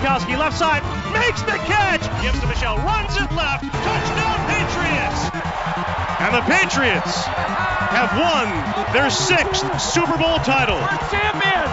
Gronkowski left side, makes the catch, gives to Michel, runs it left, touchdown Patriots! And the Patriots have won their 6th Super Bowl title. We're champions!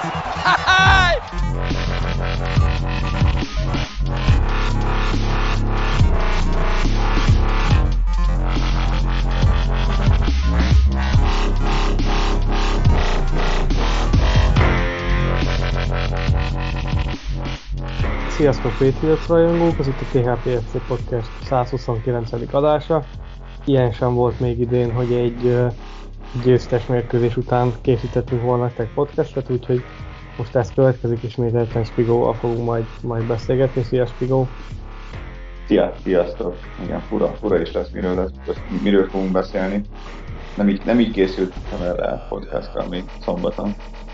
Sziasztok Patriots rajongók, ez itt a THPFC Podcast 129. adása. Ilyen sem volt még idén, hogy egy győztes mérkőzés után készítettünk volna nektek podcastet, úgyhogy most ez következik, ismételten Spigóval fogunk majd beszélgetni. Szia Spigó! Sziasztok! Igen, fura is lesz, miről fogunk beszélni. Nem így készültem erre a podcastra még szombaton.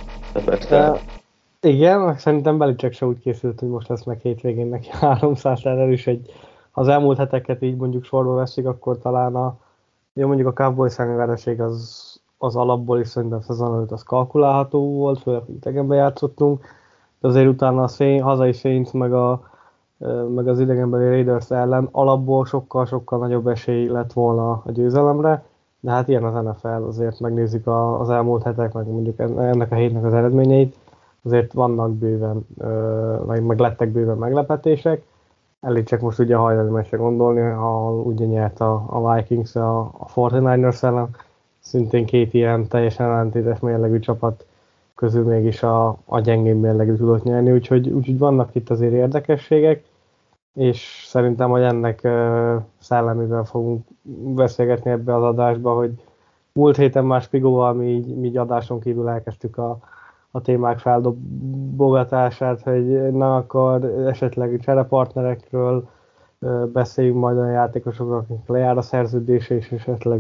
Igen, szerintem Belichick se úgy készült, hogy most lesz meg hétvégén neki 300 is ha az elmúlt heteket így mondjuk sorba veszik, akkor talán mondjuk a Cowboys elleni vereség az alapból is szerintem szezon előtt az kalkulálható volt, főleg, hogy idegenben játszottunk, de azért utána a hazai Saints meg az idegenbeli Raiders ellen alapból sokkal nagyobb esély lett volna a győzelemre, de hát ilyen az NFL, azért megnézzük az elmúlt hetek, meg mondjuk ennek a hétnek az eredményeit, azért vannak bőven, meg lettek bőven meglepetések. Elég csak most ugye hajlani meccsre gondolni, ha ugye nyert a Vikings a 49ers ellen, szintén két ilyen teljesen ellentétes mérlegű csapat közül mégis a gyengébb mérlegű tudott nyerni, úgyhogy vannak itt azért érdekességek, és szerintem, hogy ennek szellemével fogunk beszélgetni ebbe az adásba, hogy múlt héten már Spigóval mi így adáson kívül elkezdtük a témák feldobogatását, hogy na akkor esetleg cserepartnerekről beszéljünk majd olyan játékosokról, akik lejár a szerződése, és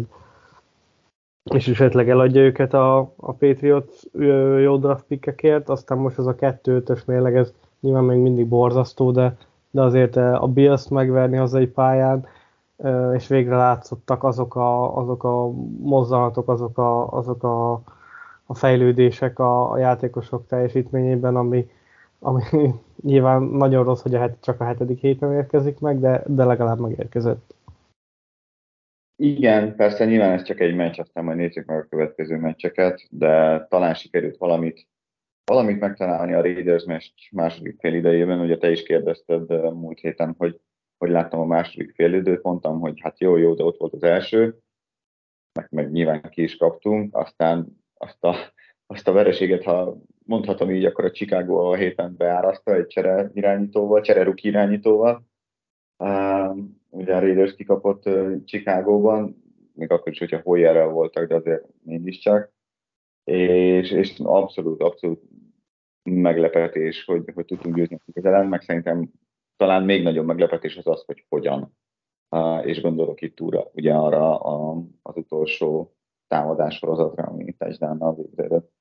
esetleg eladja őket a Patriots jó draft pickekért, aztán most az a 2-5-ös mérleg, ez nyilván még mindig borzasztó, de azért a Bills-t megverni hazai pályán, és végre látszottak azok a mozzanatok, azok a fejlődések a játékosok teljesítményében, ami nyilván nagyon rossz, hogy csak a 7. héten érkezik meg, de legalább megérkezett. Igen, persze nyilván ez csak egy meccs, aztán majd nézzük meg a következő meccseket, de talán sikerült valamit megtalálni a Raiders meccs második fél idejében. Ugye te is kérdezted múlt héten, hogy láttam a második fél időt, mondtam, hogy hát jó, de ott volt az első, meg nyilván ki is kaptunk, aztán azt a vereséget, ha mondhatom így, akkor a Chicago a héten beáraszta egy csere-rookie irányítóval. Ugye a Raiders kikapott Chicagóban, még akkor is, hogyha Hoyerrel voltak, de azért mégiscsak. És abszolút meglepetés, hogy tudtunk győzni az ellen, meg szerintem talán még nagyobb meglepetés az, hogy hogyan. És gondolok itt ugye arra az utolsó támadássorozatra, ami touchdown-nal végződött.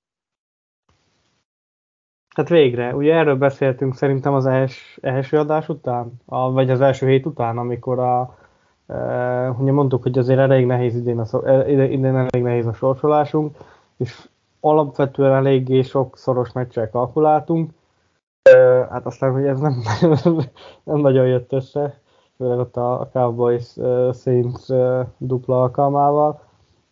Hát végre, ugye erről beszéltünk szerintem az első adás után, vagy az első hét után, amikor ugye mondtuk, hogy azért elég nehéz idén elég nehéz a sorsolásunk, és alapvetően eléggé sok szoros meccsel kalkuláltunk, hát aztán, hogy ez nem nagyon jött össze, főleg ott a Cowboys Saints dupla alkalmával.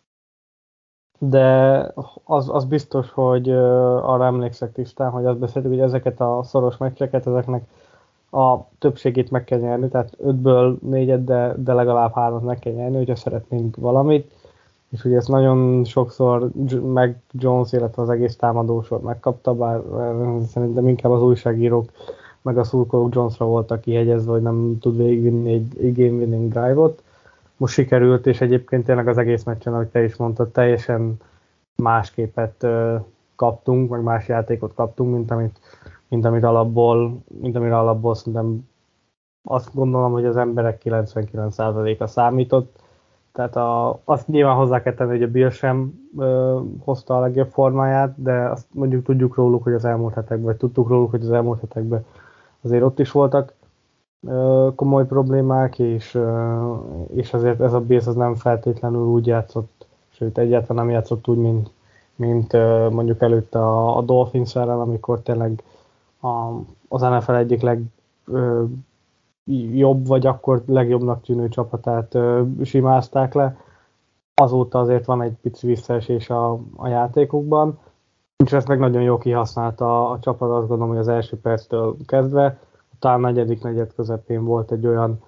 De az biztos, hogy arra emlékszek tisztán, hogy azt beszéltük, hogy ezeket a szoros meccseket, ezeknek a többségét meg kell nyerni, tehát 5-ből 4-et, de legalább 3-at meg kell nyerni, hogyha szeretnénk valamit. És ugye ezt nagyon sokszor meg Jones, illetve az egész támadósor megkapta, bár szerintem inkább az újságírók meg a szurkolók Jonesra voltak kihegyezve, hogy nem tud végigvinni egy game-winning drive-ot. Most sikerült, és egyébként tényleg az egész meccsen, ahogy te is mondtad, teljesen más képet kaptunk, meg más játékot kaptunk, mint amit alapból szerintem azt gondolom, hogy az emberek 99%-a számított. Tehát azt nyilván hozzá kell tenni, hogy a Bill sem hozta a legjobb formáját, de azt mondjuk tudtuk róluk, hogy az elmúlt hetekben azért ott is voltak komoly problémák, és azért ez a Bills az nem feltétlenül úgy játszott, sőt egyáltalán nem játszott úgy, mint mondjuk előtte a Dolphins ellen, amikor tényleg az NFL egyik jobb, vagy akkor legjobbnak tűnő csapatát simázták le. Azóta azért van egy pici visszaesés a játékukban, és ezt meg nagyon jól kihasználta a csapat, azt gondolom, hogy az első perctől kezdve, talán negyedik negyed közepén volt egy olyan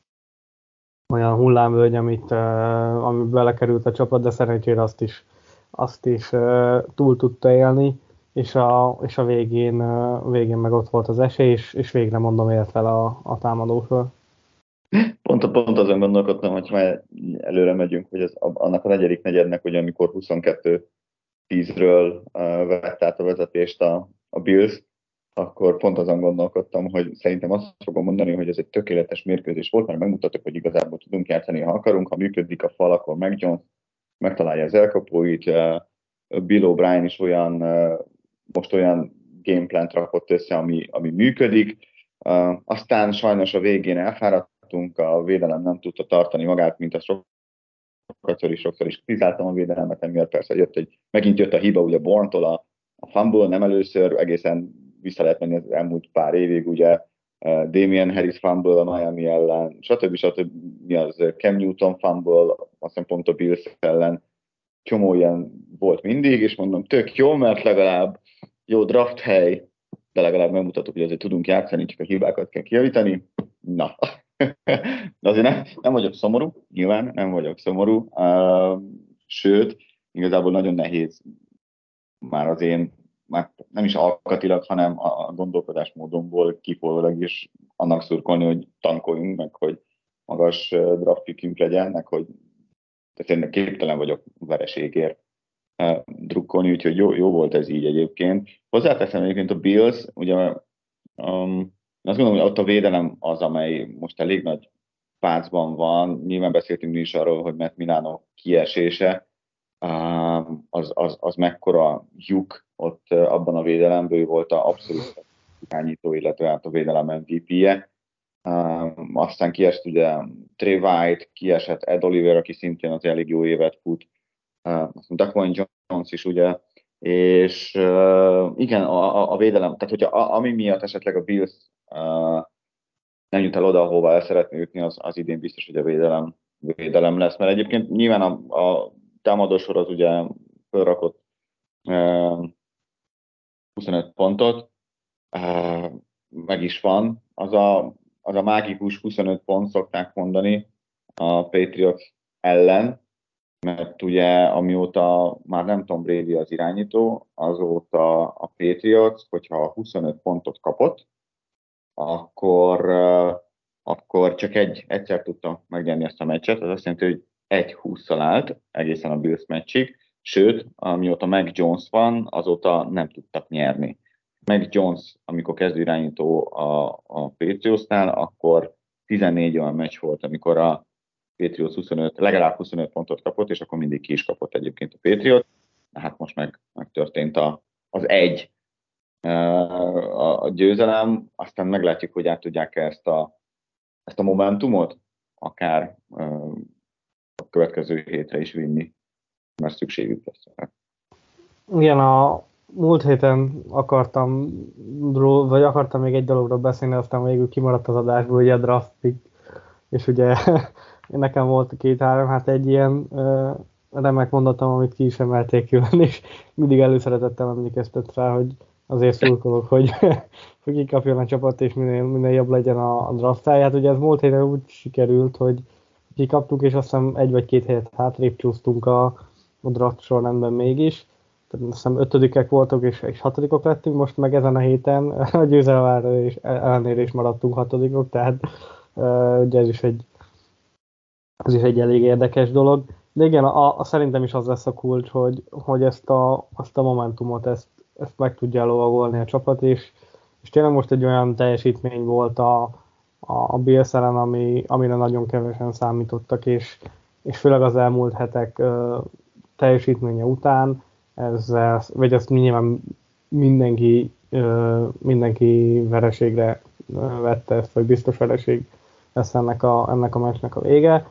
hullámvölgy, ami belekerült a csapat, de szerencsére azt is túl tudta élni, és a végén meg ott volt az esély, és végre mondom élt fel a támadósor. Pont azon gondolkodtam, hogy már előre megyünk, hogy annak a negyedik negyednek, hogy amikor 22-10-ről vett át a vezetést a Bills, akkor pont azon gondolkodtam, hogy szerintem azt fogom mondani, hogy ez egy tökéletes mérkőzés volt, mert megmutattuk, hogy igazából tudunk játszani, ha akarunk, ha működik a fal, akkor Mac Jones megtalálja az elkapóit, Bill O'Brien is most olyan gameplant rakott össze, ami működik. Aztán sajnos a végén elfáradtunk, a védelem nem tudta tartani magát, mint azt sokszor is kritizáltam a védelmet, emiatt persze megint jött a hiba, ugye Bourne-tól a fumble, nem először, egészen vissza lehet menni az elmúlt pár évig, ugye Damian Harris fumble a Miami ellen, stb. Mi az Cam Newton fumble, azt hiszem pont a Bills ellen, csomó ilyen volt mindig, és mondom, tök jó, mert legalább jó draft hely, de legalább megmutatok, hogy azért tudunk játszani, csak a hibákat kell kijavítani. Na, azért nem vagyok szomorú, nyilván nem vagyok szomorú, sőt, igazából nagyon nehéz már az én, már nem is alkatilag, hanem a gondolkodásmódomból kifolyólag is annak szurkolni, hogy tankoljunk, meg hogy magas draft pickünk legyen, meg hogy én képtelen vagyok vereségért drukkolni, úgyhogy jó volt ez így egyébként. Hozzáteszem egyébként a Bills, ugye azt gondolom, hogy ott a védelem az, amely most elég nagy pácban van. Nyilván beszéltünk mi is arról, hogy Matt Milano kiesése, az mekkora lyuk ott abban a védelemben, ő volt a abszolút irányító, illetve hát a védelem MVP-je. Aztán kiesett ugye Trey White, kiesett Ed Oliver, aki szintén az elég jó évet fut, Daquan Jones is ugye, és igen, a védelem, tehát hogyha ami miatt esetleg a Bills nem jut el oda, ahova el szeretné jutni, az idén biztos, hogy a védelem lesz, mert egyébként nyilván a támadósor az ugye felrakott 25 pontot, meg is van, az a mágikus 25 pont szokták mondani a Patriots ellen, mert ugye amióta már nem Tom Brady az irányító, azóta a Patriots, hogyha 25 pontot kapott, akkor csak egyszer tudta megnyerni ezt a meccset, az azt jelenti, hogy 1-20-szal állt egészen a Bills meccsig, sőt, amióta Mac Jones van, azóta nem tudtak nyerni. Mac Jones, amikor kezdő irányító a Patriotsnál, akkor 14 olyan meccs volt, amikor a Patriots legalább 25 pontot kapott, és akkor mindig ki is kapott egyébként a Patriot. Hát most megtörtént az a győzelem, aztán meglátjuk, hogy át tudják ezt a momentumot akár a következő hétre is vinni, mert szükségük lesz. Igen, a múlt héten akartam még egy dologról beszélni, aztán végül kimaradt az adásból, ugye a draft pick, és ugye nekem volt 2-3, hát egy ilyen remek mondatom, amit ki is emelték külön, és mindig előszeretettel emlékeztet rá, hogy azért szurkolok, hogy kikapjon a csapat, és minél jobb legyen a drafttája. Hát ugye ez múlt héten úgy sikerült, hogy kikaptuk, és azt hiszem 1 vagy 2 helyet hátrébb csúsztunk a draft sorrendben mégis. Tehát azt hiszem 5-ök voltak, és 6-ok lettünk, most meg ezen a héten a győzelem ellenére is maradtunk 6-ok, tehát ugye ez is egy elég érdekes dolog. De igen, szerintem is az lesz a kulcs, hogy ezt a momentumot, ezt meg tudja lovagolni a csapat, és tényleg most egy olyan teljesítmény volt a Bills ellen, amire nagyon kevesen számítottak, és főleg az elmúlt hetek teljesítménye után, vagy ezt nyilván mindenki vereségre vette ezt, vagy biztos vereség lesz ennek a meccsnek a vége.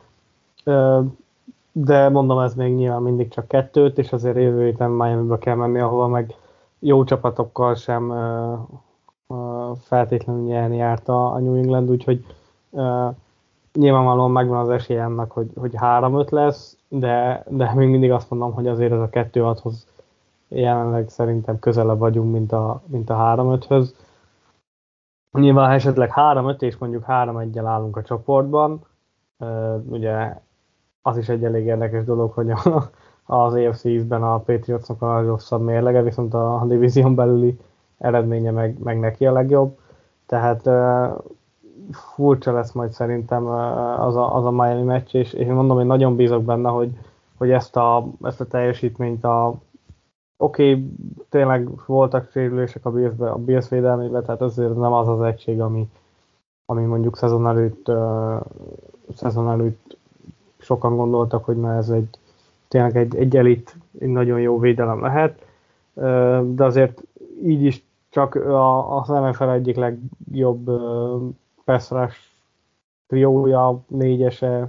De mondom, ez még nyilván mindig csak 2, és azért jövő héten Miamiba kell menni, ahova meg jó csapatokkal sem feltétlenül nyerni járt a New England, úgyhogy nyilvánvalóan megvan az esély annak, hogy 3-5 lesz, de még mindig azt mondom, hogy azért ez a 2-6-hoz jelenleg szerintem közelebb vagyunk, mint a 3-5-höz. Nyilván, ha esetleg 3-5 és mondjuk 3-1-jel állunk a csoportban, ugye az is egy elég érdekes dolog, hogy az AFC East-ben a Patriotsnak a rosszabb mérlege, viszont a divízión belüli eredménye meg neki a legjobb. Tehát furcsa lesz majd szerintem az a Miami meccs, és én mondom, én nagyon bízok benne, hogy ezt a teljesítményt oké, tényleg voltak sérülések a Bills védelmében, tehát azért nem az az egység, ami mondjuk szezon előtt sokan gondoltak, hogy na ez tényleg egy elit, egy nagyon jó védelem lehet, de azért így is csak az NFL egyik legjobb pass rush triója, 4-ese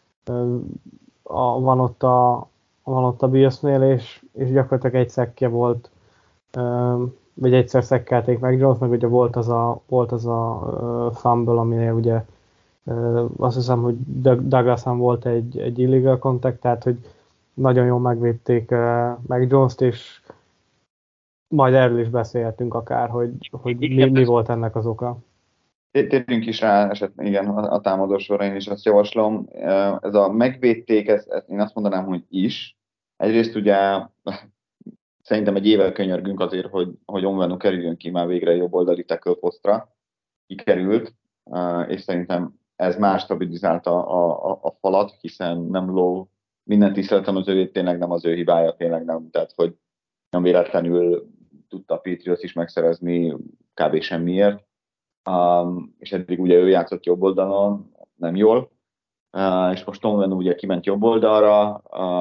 van ott a Billsnél, és gyakorlatilag egy szekkje volt, vagy egyszer szekkelték meg Jonesnak, ugye volt az a fumble, aminél ugye azt hiszem, hogy Douglason volt egy illegal contact, tehát hogy nagyon jól megvédték meg Jones-t, és majd erről is beszélhetünk akár, hogy mi volt ennek az oka. Térjünk is rá igen, a támadósorra, én is azt javaslom. Ez a megvédték, ezt én azt mondanám, hogy is. Egyrészt ugye szerintem egy évvel könyörgünk azért, hogy Onwenu kerüljön ki már végre jobb oldali tackle posztra. Kikerült, és szerintem ez már stabilizálta a falat, hiszen nem Lowe, minden tiszteletem az ővét, tényleg nem az ő hibája, tényleg nem. Tehát, hogy nem véletlenül tudta a Patriots is megszerezni kb. Semmiért. És eddig ugye ő játszott jobb oldalon, nem jól, és most Onwenu ugye kiment jobb oldalra,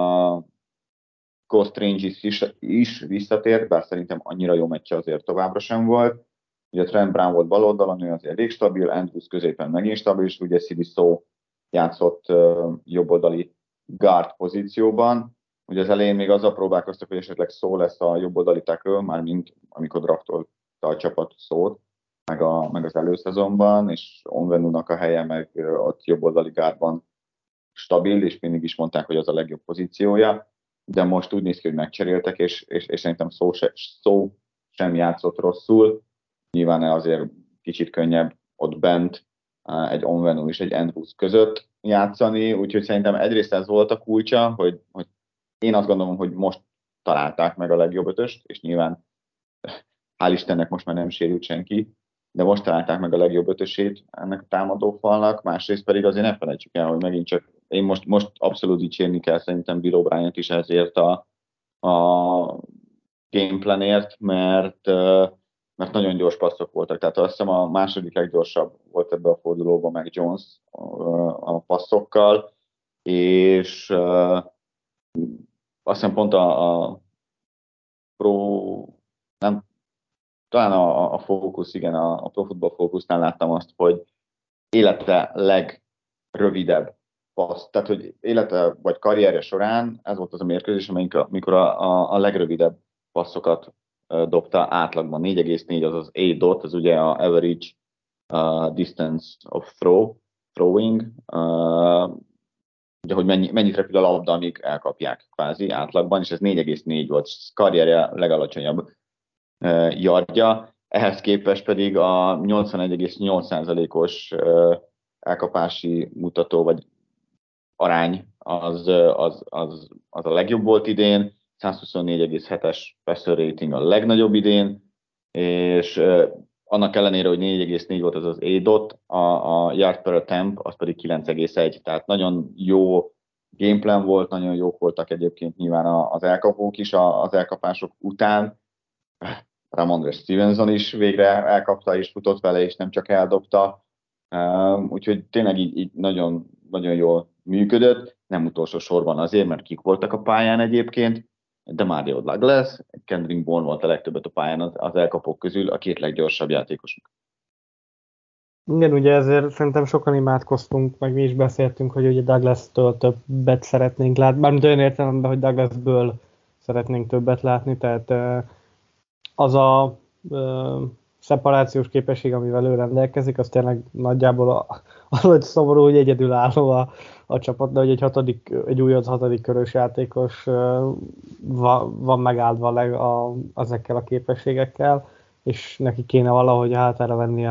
Cole Strange is visszatért, bár szerintem annyira jó meccse azért továbbra sem volt. Ugye Trent Brown volt bal oldalon, ő azért elég stabil, Andrews középen megint stabil, és ugye Sidiso játszott jobb oldali guard pozícióban. Ugye az elején még azzal próbálkoztak, hogy esetleg szó lesz a jobb oldali tackle, mármint amikor draftolta a csapat szót, meg az előszezonban, és Onwenunak a helye meg ott jobb oldali guardban stabil, és mindig is mondták, hogy az a legjobb pozíciója, de most úgy néz ki, hogy megcseréltek, és szerintem szó sem játszott rosszul. Nyilván azért kicsit könnyebb ott bent egy Onwenu és egy Andrews között játszani, úgyhogy szerintem egyrészt ez volt a kulcsa, hogy én azt gondolom, hogy most találták meg a legjobb ötöst, és nyilván hál' Istennek most már nem sérült senki, de most találták meg a legjobb ötösét ennek a támadófalnak, másrészt pedig azért ne felejtsük el, hogy megint csak én most abszolút dicsérni kell szerintem Bill O'Brien-t is ezért a gameplanért, mert nagyon gyors passzok voltak. Tehát azt hiszem a második leggyorsabb volt ebbe a fordulóban meg Jones a passzokkal, és azt hiszem pont a talán a Focus, igen, a Pro Football Focusnál láttam azt, hogy élete legrövidebb passz, tehát hogy élete vagy karrierje során ez volt az a mérkőzés, amikor a legrövidebb passzokat dobta átlagban. 4,4 az A dot, az ugye a average distance of throwing, ugye, hogy mennyit repül a labda, amíg elkapják kvázi átlagban, és ez 4,4 volt, karrierje legalacsonyabb yardja, ehhez képest pedig a 81,8%-os elkapási mutató vagy arány az a legjobb volt idén, 124,7-es passer rating a legnagyobb idén, és annak ellenére, hogy 4,4 volt az A dot, a yard per attempt az pedig 9,1, tehát nagyon jó gameplan volt, nagyon jók voltak egyébként nyilván az elkapók is az elkapások után. Ramondre Stevenson is végre elkapta és futott vele, és nem csak eldobta. Úgyhogy tényleg így nagyon, nagyon jól működött, nem utolsó sorban azért, mert kik voltak a pályán egyébként, de Mario Douglas, Kendrick Bourne volt a legtöbbet a pályán az elkapók közül, a két leggyorsabb játékosunk. Igen, ugye ezért szerintem sokan imádkoztunk, meg mi is beszéltünk, hogy ugye Douglas-től többet szeretnénk látni, bármint olyan értelemben, hogy Douglasből szeretnénk többet látni, tehát az a szeparációs képesség, amivel ő rendelkezik, az tényleg nagyjából az, hogy szomorú, hogy egyedülálló a csapat, de hogy egy újonc 6. körös játékos van megáldva ezekkel a képességekkel, és neki kéne valahogy hátára venni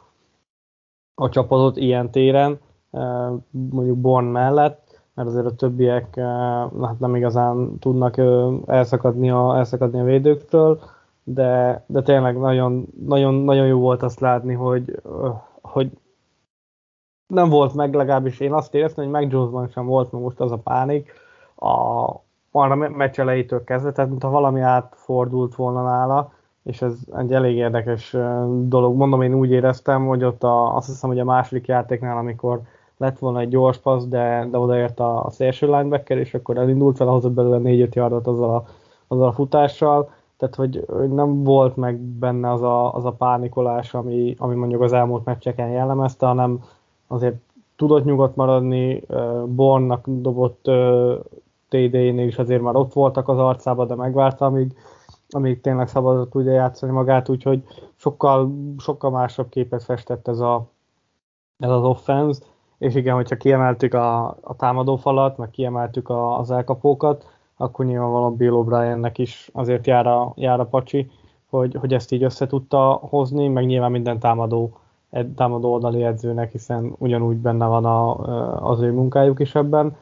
a csapatot ilyen téren, mondjuk Born mellett, mert azért a többiek hát nem igazán tudnak elszakadni a védőktől, de tényleg nagyon, nagyon, nagyon jó volt azt látni, hogy nem volt meg, legalábbis én azt éreztem, hogy Mac Jonesban sem volt meg most az a pánik arra meccs elejétől kezdve, tehát mintha valami átfordult volna nála, és ez egy elég érdekes dolog. Mondom, én úgy éreztem, hogy ott azt hiszem, hogy a második játéknál, amikor lett volna egy gyors passz, de odaért a szélső linebacker, és akkor elindult vele, hozott belőle 4-5 yardot azzal a futással, tehát hogy nem volt meg benne az a pánikolás, ami mondjuk az elmúlt meccseken jellemezte, hanem azért tudott nyugodt maradni, Bourne-nak dobott TD-nél is azért már ott voltak az arcába, de megvárta, amíg tényleg szabadon tudja játszani magát, úgyhogy sokkal, sokkal másabb képet festett ez az offense, és igen, hogyha kiemeltük a támadófalat, meg kiemeltük az elkapókat, akkor nyilvánvalóan Bill O'Briennek is azért jár a pacsi, hogy ezt így össze tudta hozni, meg nyilván minden támadó oldali edzőnek, hiszen ugyanúgy benne van az ő munkájuk is ebben.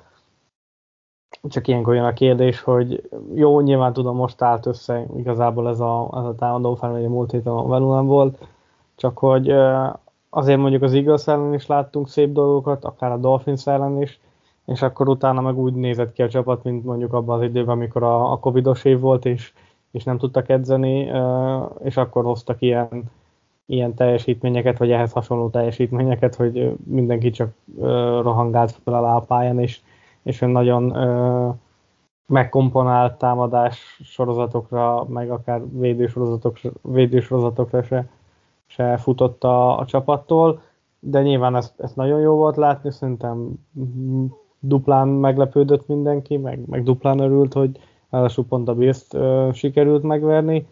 Csak ilyenkor jön a kérdés, hogy jó, nyilván tudom, most állt össze igazából ez a támadó fel, hogy a múlt héten velünk nem volt, csak hogy azért mondjuk az Eagles ellen is láttunk szép dolgokat, akár a Dolphins ellen is, és akkor utána meg úgy nézett ki a csapat, mint mondjuk abban az időben, amikor a Covid-os év volt, és nem tudtak edzeni, és akkor hoztak ilyen teljesítményeket, vagy ehhez hasonló teljesítményeket, hogy mindenki csak rohangált fel alá a pályán, és nagyon megkomponált támadás sorozatokra, meg akár védősorozatokra se futott a csapattól, de nyilván ezt nagyon jó volt látni, szerintem duplán meglepődött mindenki, meg duplán örült, hogy ráadásul pont a Bills-t sikerült megverni.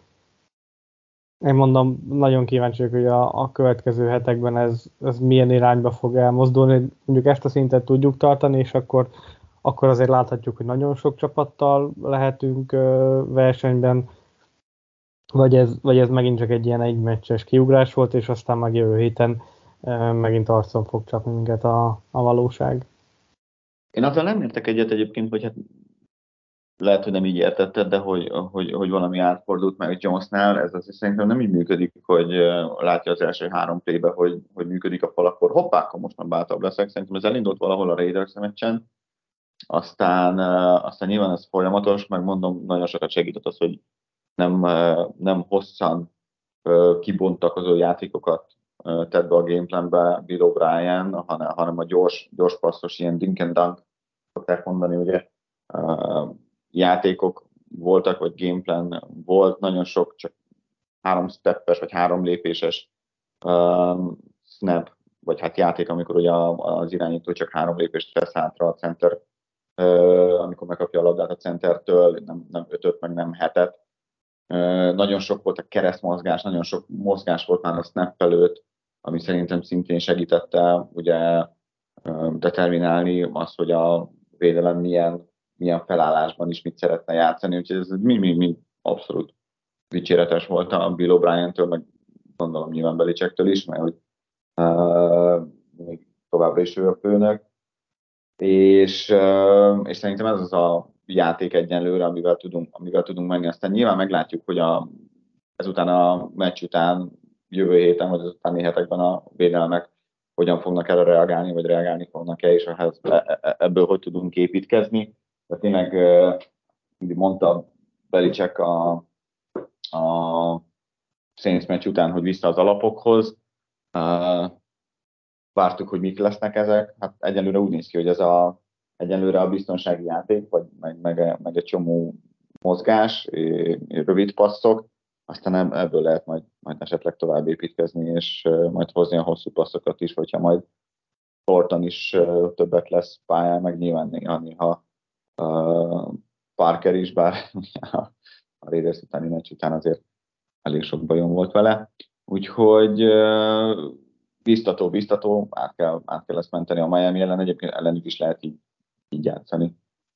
Én mondom, nagyon kíváncsi vagyok, hogy a következő hetekben ez milyen irányba fog elmozdulni. Mondjuk ezt a szintet tudjuk tartani, és akkor azért láthatjuk, hogy nagyon sok csapattal lehetünk versenyben, vagy ez megint csak egy ilyen egymeccses kiugrás volt, és aztán meg jövő héten megint arcon fog csapni minket a valóság. Én azzal nem értek egyet egyébként, hogy hát lehet, hogy nem így értetted, de hogy valami átfordult meg Jonesnál, ez azért szerintem nem így működik, hogy látja az első 3 playbe, hogy működik a fal, akkor hoppá, akkor most már bátrabb leszek. Szerintem ez elindult valahol a Raiders meccsen, aztán nyilván ez folyamatos, meg mondom, nagyon sokat segített az, hogy nem hosszan kibontakozó játékokat tett be a gameplanbe Bill O'Brien, hanem a gyors passzos, ilyen dink and dunk, szokták mondani, ugye, játékok voltak, vagy gameplan volt, nagyon sok csak 3 steppes, vagy 3 lépéses snap, vagy hát játék, amikor ugye az irányító csak 3 lépést tesz hátra a center, amikor megkapja a labdát a centertől, nem 5-öt, meg nem 7-et. Nagyon sok volt a keresztmozgás, nagyon sok mozgás volt már a snap előtt, ami szerintem szintén segítette ugye determinálni azt, hogy a védelem milyen felállásban is mit szeretne játszani, úgyhogy ez mind abszolút dicséretes volt a Bill O'Brien-től, meg gondolom nyilván Belichicktől is, mert hogy még továbbra is ő a főnök, és szerintem ez az a játék egyenlőre, amivel tudunk menni. Aztán nyilván meglátjuk, hogy ezután a meccs után, jövő héten, vagy az utáni hetekben a védelmek hogyan fognak erre reagálni, vagy reagálni fognak-e, és ebből hogy tudunk építkezni. De tényleg, mondta Belichick a Saints meccs után, hogy vissza az alapokhoz. Vártuk, hogy mik lesznek ezek. Hát egyelőre úgy néz ki, hogy ez egyelőre a biztonsági játék, vagy meg egy csomó mozgás, rövid passzok, aztán ebből lehet majd esetleg tovább építkezni, és majd hozni a hosszú passzokat is, hogyha majd Thornton is többet lesz pályán, meg nyilván néha Parker is, bár a Raiders utáni meccs után azért elég sok bajom volt vele. Úgyhogy biztató, át kell ezt menteni a Miami ellen, egyébként ellenük is lehet így játszani.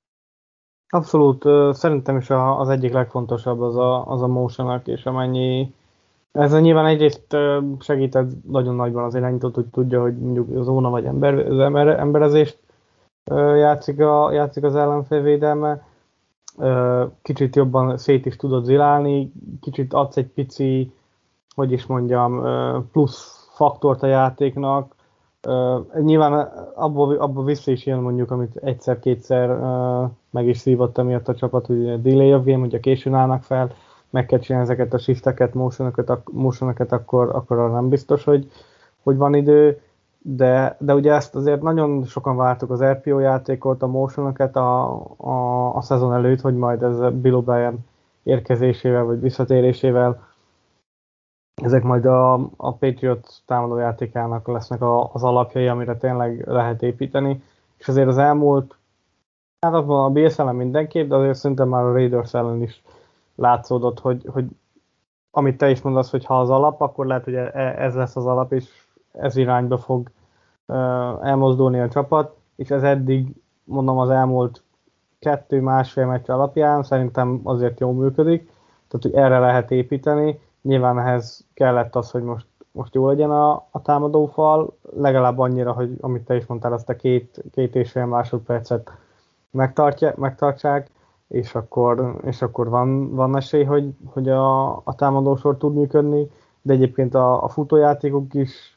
Abszolút, szerintem is az egyik legfontosabb az a motion-ak, és amennyi ez nyilván egyrészt segített nagyon nagyban az irányítót, hogy tudja, hogy mondjuk zóna vagy emberezést játszik az ellenfél védelme. Kicsit jobban szét is tudod zilálni, kicsit adsz egy pici, hogy is mondjam, plusz faktort a játéknak. Nyilván abból vissza is jön mondjuk, amit egyszer-kétszer meg is szívott emiatt a csapat, hogy delay of game, ugye későn állnak fel, meg kell csinálni ezeket a shifteket, motionokat, akkor arra nem biztos, hogy van idő, de ugye ezt azért nagyon sokan vártuk az RPO játékot, a motionokat a szezon előtt, hogy majd ez Bill O'Brien érkezésével vagy visszatérésével ezek majd a Patriots támadójátékának lesznek az alapjai, amire tényleg lehet építeni, és azért az elmúlt, hát a Bills ellen mindenképp, de azért szerintem már a Raiders ellen is látszódott, hogy amit te is mondasz, hogy ha az alap, akkor lehet, hogy ez lesz az alap, és ez irányba fog elmozdulni a csapat, és ez eddig, mondom, az elmúlt 2-1,5 meccs alapján szerintem azért jól működik, tehát hogy erre lehet építeni. Nyilván ehhez kellett az, hogy most jó legyen a támadófal, legalább annyira, hogy amit te is mondtál, azt a két és fél másodpercet megtartsák, és akkor van esély, hogy a támadósor tud működni, de egyébként a futójátékok is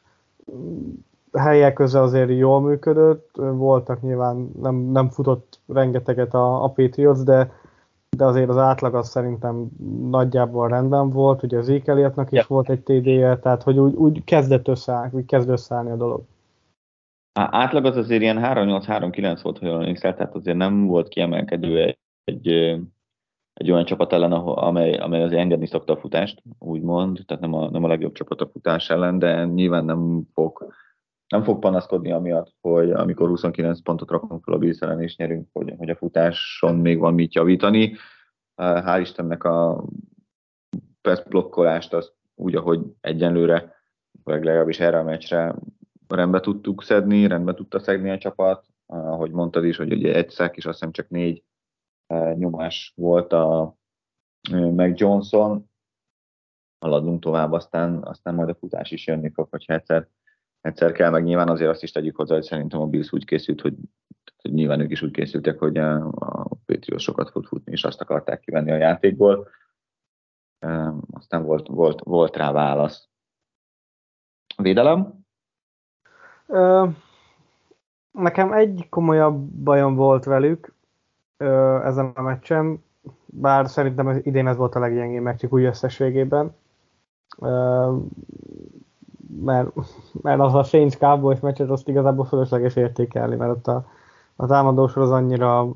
helyek köze azért jól működött, voltak nyilván, nem futott rengeteget a Patriots, de azért az átlag az szerintem nagyjából rendben volt, ugye az Zeke Elliottnak is volt egy TD-je, tehát hogy úgy kezd összeállni a dolog. Átlag az azért ilyen 3-8-3-9 volt, ha jól emlékszel, tehát azért nem volt kiemelkedő egy olyan csapat ellen, amely azért engedni szokta a futást, úgymond, tehát nem a legjobb csapat a futás ellen, de nyilván nem fog panaszkodni amiatt, hogy amikor 29 pontot rakunk fel a Bills ellen és nyerünk, hogy a futáson még van mit javítani. Hál' Istennek a pass blokkolást az úgy, ahogy egyenlőre, vagy legalábbis erre a meccsre rendbe tudta szedni a csapat. Ahogy mondtad is, hogy ugye egy sack és azt hiszem csak 4 nyomás volt meg Johnson. Haladunk tovább, aztán majd a futás is jönni fog, hogyha egyszer kell, meg nyilván azért azt is tegyük hozzá, hogy szerintem a Bills úgy készült, hogy nyilván ők is úgy készültek, hogy a Patriots sokat fog futni, és azt akarták kivenni a játékból. Aztán volt rá válasz. Védelem? Nekem egy komolyabb bajom volt velük ezen a meccsen, bár szerintem idén ez volt a leggyengébb meccsük úgy összességében. Mert az a Saints Cowboys meccset azt igazából fölösleges értékelni, mert ott a támadósor az annyira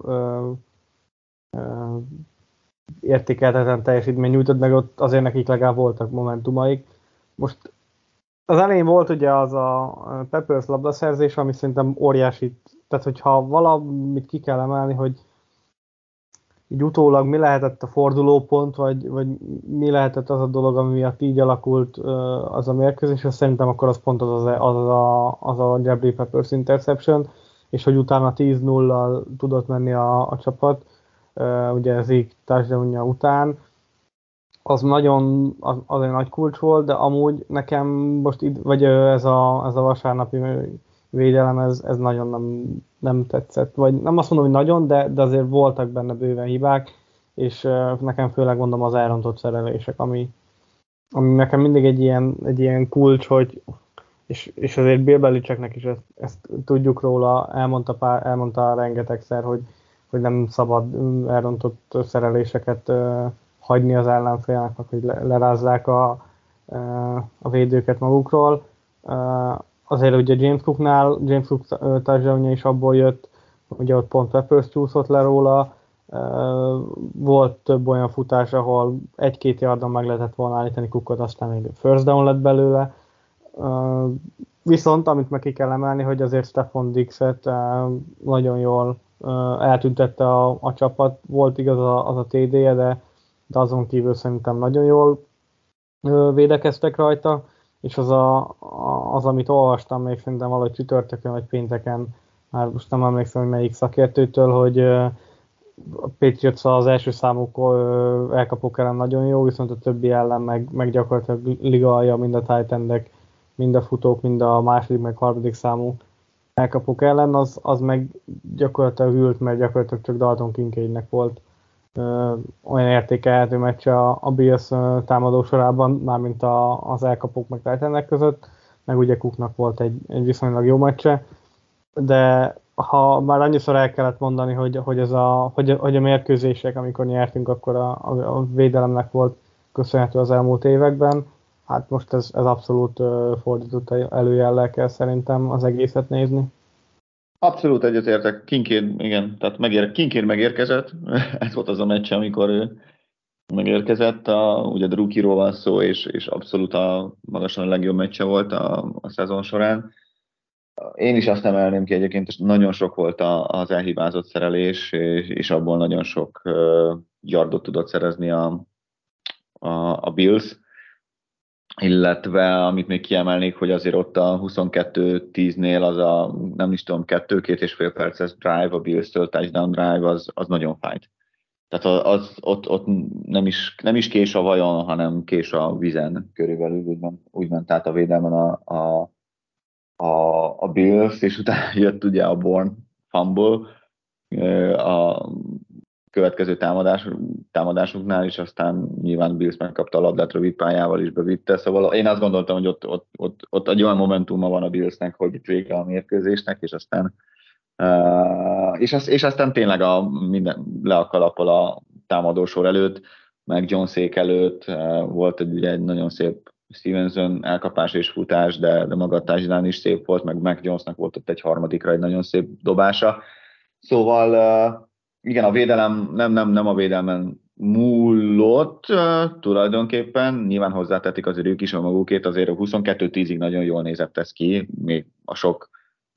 értékelhetetlen teljesítmény nyújtott, meg ott azért nekik legalább voltak momentumaik. Most az elején volt ugye az a Peppers labdaszerzés, ami szerintem óriási, tehát hogyha valamit ki kell emelni, hogy így utólag mi lehetett a fordulópont, vagy mi lehetett az a dolog, ami miatt így alakult az a mérkőzés, és szerintem akkor az pont az a Jabari Peppers interception, és hogy utána 10-0-al tudott menni a csapat, ugye ez így touchdownja után, az nagyon az egy nagy kulcs volt, de amúgy nekem most vagy ez a vasárnapi védelem, ez nagyon nem tetszett. Vagy nem azt mondom, hogy nagyon, de azért voltak benne bőven hibák, és nekem főleg mondom az elrontott szerelések, ami nekem mindig egy ilyen kulcs, hogy és azért Bill Belichicknek is ezt tudjuk róla, elmondta rengetegszer, hogy nem szabad elrontott szereléseket hagyni az ellenfélnek, hogy lerázzák a védőket magukról. Azért ugye James Cook touchdownja is abból jött, ugye ott pont Peppers csúszott le róla, volt több olyan futás, ahol 1-2 yardon meg lehetett volna állítani Cookot, aztán még first down lett belőle. Viszont, amit meg ki kell emelni, hogy azért Stefon Diggs-et nagyon jól eltüntette a csapat, volt igaz az a TD-je, de azon kívül szerintem nagyon jól védekeztek rajta, és az, amit olvastam még szerintem valahogy csütörtökön vagy pénteken, már most nem emlékszem, hogy melyik szakértőtől, hogy a Patriots az első számuk elkapók ellen nagyon jó, viszont a többi ellen meg gyakorlatilag liga alja, mind a tight endek, mind a futók, mind a második, meg harmadik számú elkapók ellen, az meg gyakorlatilag ült, mert gyakorlatilag csak Dalton Kincaidnek volt olyan értékelhető meccse a Bills támadó sorában, mármint az elkapók meg tight endek között, meg ugye Cooknak volt egy viszonylag jó meccse, de ha már annyiszor el kellett mondani, hogy a mérkőzések, amikor nyertünk, akkor a védelemnek volt köszönhető az elmúlt években, hát most ez abszolút fordított előjellel kell szerintem az egészet nézni. Abszolút egyetértek. Kincaid, igen, tehát Kincaid megérkezett, ez volt az a meccs, amikor ő megérkezett, ugye a rookie-ról van szó, és abszolút magasan a legjobb meccse volt a szezon során. Én is azt emelném ki egyébként, és nagyon sok volt az elhibázott szerelés, és abból nagyon sok yardot tudott szerezni a Bills, illetve amit még kiemelnék, hogy azért ott a 22-10-nél az a, nem is tudom, 2-2,5 perces drive a Bills-től, touchdown drive, az nagyon fájt. Tehát ott nem is kés a vajon, hanem kés a vizen körülbelül, úgy ment át a védelmen a Bills, és utána jött ugye a Bourne fumble a következő támadásuknál, és aztán nyilván Bills megkapta a labdát rövid pályával is bevitte, szóval én azt gondoltam, hogy ott egy olyan momentuma van a Billsnek, hogy vége a mérkőzésnek, és aztán és aztán tényleg minden le a kalappal a támadósor előtt, meg Jones-ék előtt volt egy nagyon szép Stevenson elkapás és futás, de maga a touchdown is szép volt, meg Mac Jonesnak volt ott egy harmadikra egy nagyon szép dobása. Szóval igen, a védelem nem a védelmen múlott tulajdonképpen, nyilván hozzátették azért ők is a magukét, azért a 22-10-ig nagyon jól nézett ez ki, még a sok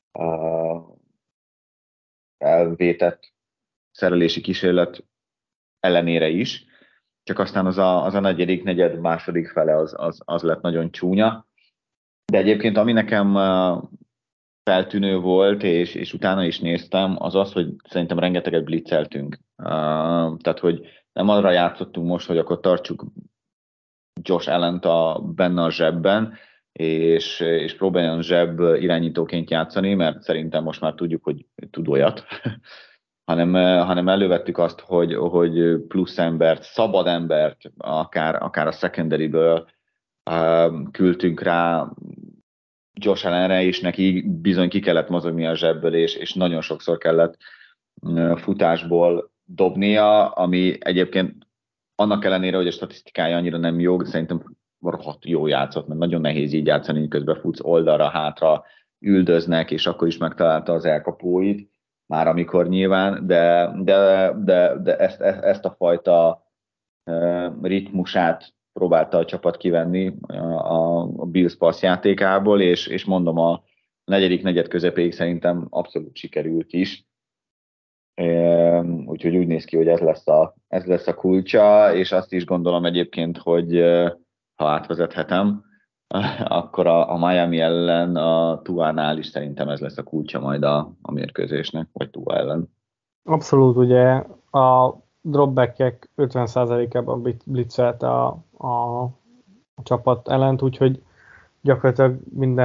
elvétett szerelési kísérlet ellenére is, csak aztán az a negyedik, negyed, második fele az lett nagyon csúnya. De egyébként ami nekem feltűnő volt, és utána is néztem, az, hogy szerintem rengeteget blitzeltünk. Tehát, hogy nem arra játszottunk most, hogy akkor tartsuk Josh Allent benne a zsebben, és próbáljon zseb irányítóként játszani, mert szerintem most már tudjuk, hogy tud olyat. hanem elővettük azt, hogy plusz embert, szabad embert, akár a secondaryből küldtünk rá Josh Allenre, és neki bizony ki kellett mozogni a zsebből, és nagyon sokszor kellett futásból dobnia, ami egyébként annak ellenére, hogy a statisztikája annyira nem jó, szerintem rohadt jó játszott, mert nagyon nehéz így játszani, közben futsz oldalra, hátra, üldöznek, és akkor is megtalálta az elkapóit, már amikor nyilván, de ezt a fajta ritmusát próbálta a csapat kivenni a Bills passzjátékából, és mondom, a negyedik negyed közepéig szerintem abszolút sikerült is. Úgyhogy úgy néz ki, hogy ez lesz a kulcsa, és azt is gondolom egyébként, hogy ha átvezethetem, akkor a Miami ellen a Tua-nál is szerintem ez lesz a kulcsa majd a mérkőzésnek, vagy Tua ellen. Abszolút, ugye a dropback-ek 50%-ában blitzelt a csapat ellent, úgyhogy gyakorlatilag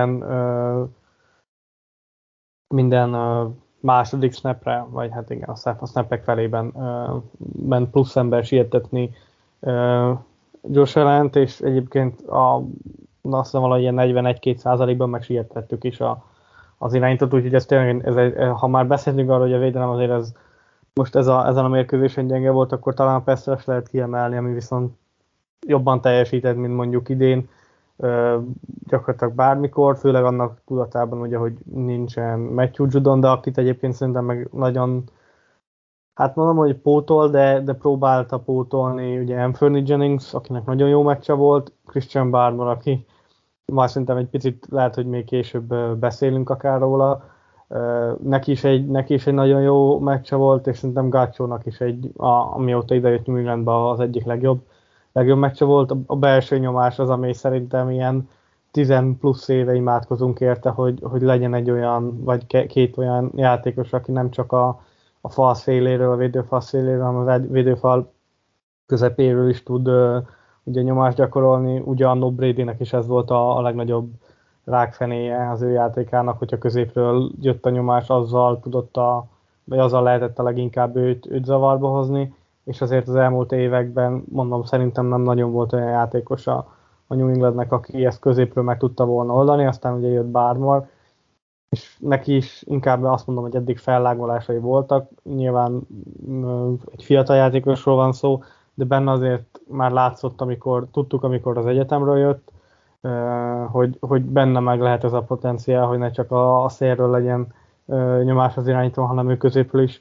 minden második snapre, vagy hát igen, a snapek felében ment plusz ember sietetni Josh Allent, és egyébként azt hiszem valahogy ilyen 41-2%-ban meg sietettük is az irányítót, úgyhogy ez tényleg, ha már beszélünk arról, hogy a védelem azért most ezen a mérkőzésen gyenge volt, akkor talán a pass lehet kiemelni, ami viszont jobban teljesített, mint mondjuk idén, gyakorlatilag bármikor, főleg annak tudatában, ugye, hogy nincsen Matthew Judon, de akit egyébként szerintem meg nagyon, hát mondom, hogy pótol, de próbálta pótolni, ugye Anthony Jennings, akinek nagyon jó meccse volt, Christian Barmore, aki már szerintem egy picit lehet, hogy még később beszélünk akár róla, neki is egy nagyon jó meccse volt, és szerintem Gácsónak is amióta idejött New Englandbe az egyik legjobb legjobb meccse volt. A belső nyomás az, ami szerintem ilyen 10 plusz éve imádkozunk érte, hogy legyen egy olyan, vagy két olyan játékos, aki nem csak a fal széléről, a védőfal széléről, hanem a védőfal közepéről is tud ugye nyomást gyakorolni. Ugye annó Bradynek is ez volt a legnagyobb rákfenéje az ő játékának, hogyha középről jött a nyomás, azzal tudott vagy azzal lehetett a leginkább őt zavarba hozni, és azért az elmúlt években, mondom, szerintem nem nagyon volt olyan játékos a New Englandnek, aki ezt középről meg tudta volna oldani, aztán ugye jött Barmore, és neki is inkább azt mondom, hogy eddig fellágolásai voltak, nyilván egy fiatal játékosról van szó, de benne azért már látszott, amikor az egyetemről jött, hogy benne meg lehet ez a potenciál, hogy ne csak a szélről legyen nyomás az irányító, hanem ő középről is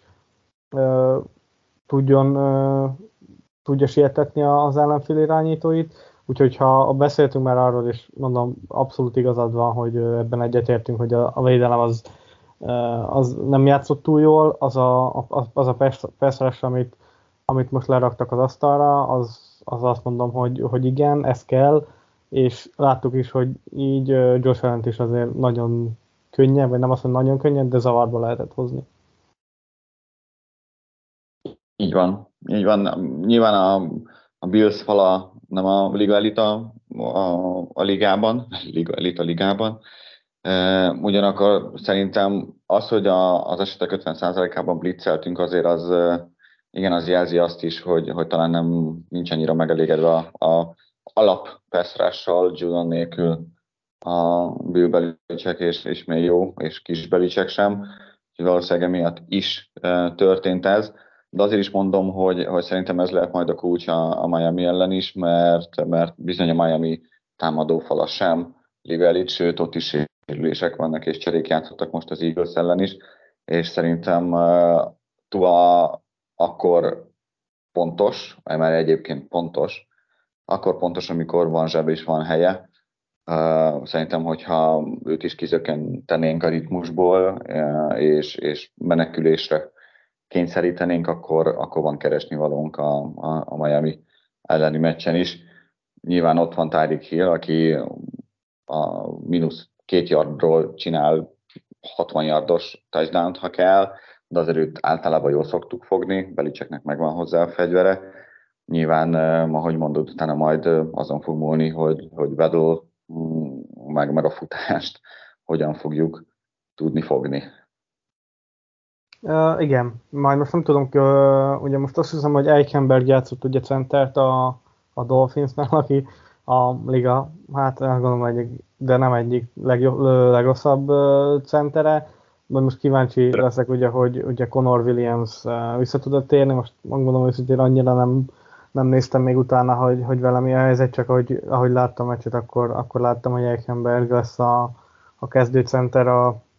tudja sietetni az ellenfél irányítóit. Úgyhogy ha beszéltünk már arról, és mondom, abszolút igazad van, hogy ebben egyetértünk, hogy a védelem az nem játszott túl jól, az a pass rush, amit most leraktak az asztalra, az azt mondom, hogy igen, ez kell, és láttuk is, hogy így Josh Allen-t is azért nagyon könnyen, vagy nem azt mondom nagyon könnyen, de zavarba lehetett hozni. Így van. Nyilván a Bills fala nem a liga elita a ligában, a ligában. Ugyanakkor szerintem az, hogy az esetek 50%-ában blitzeltünk, azért az jelzi azt is, hogy talán nincs annyira megelégedve a alap pass-rush-sal, Judon nélkül a Bill Belichick és még jó, és kis Belichick sem. Úgyhogy valószínűleg emiatt is történt ez. De azért is mondom, hogy szerintem ez lehet majd a kulcs a Miami ellen is, mert bizony a Miami támadófala sem ligelit, sőt ott is sérülések vannak, és cserék játszottak most az Eagles ellen is, és szerintem Tua akkor pontos, mert egyébként pontos, akkor pontos, amikor van zseb és van helye. Szerintem, hogyha őt is kizökkentenénk a ritmusból, és menekülésre kényszerítenénk, akkor van keresni valónk a Miami elleni meccsen is. Nyilván ott van Tyreek Hill, aki a -2 yardról csinál 60 yardos touchdown-t, ha kell, de azért őt általában jól szoktuk fogni, Belichicknek megvan hozzá a fegyvere. Nyilván, ahogy mondod, utána majd azon fog múlni, hogy Waddle meg a futást hogyan fogjuk tudni fogni. Igen, majd most nem tudom, ugye most azt hiszem, hogy Eichenberg játszott ugye centert a Dolphinsnál, aki a liga, hát gondolom de nem egyik legrosszabb centere. Majd most kíváncsi leszek ugye, hogy ugye Connor Williams vissza tudott térni, most mondom őszintén annyira nem néztem még utána, hogy vele mi a helyzet, csak ahogy láttam a meccset, akkor láttam, hogy Eichenberg lesz a kezdőcenter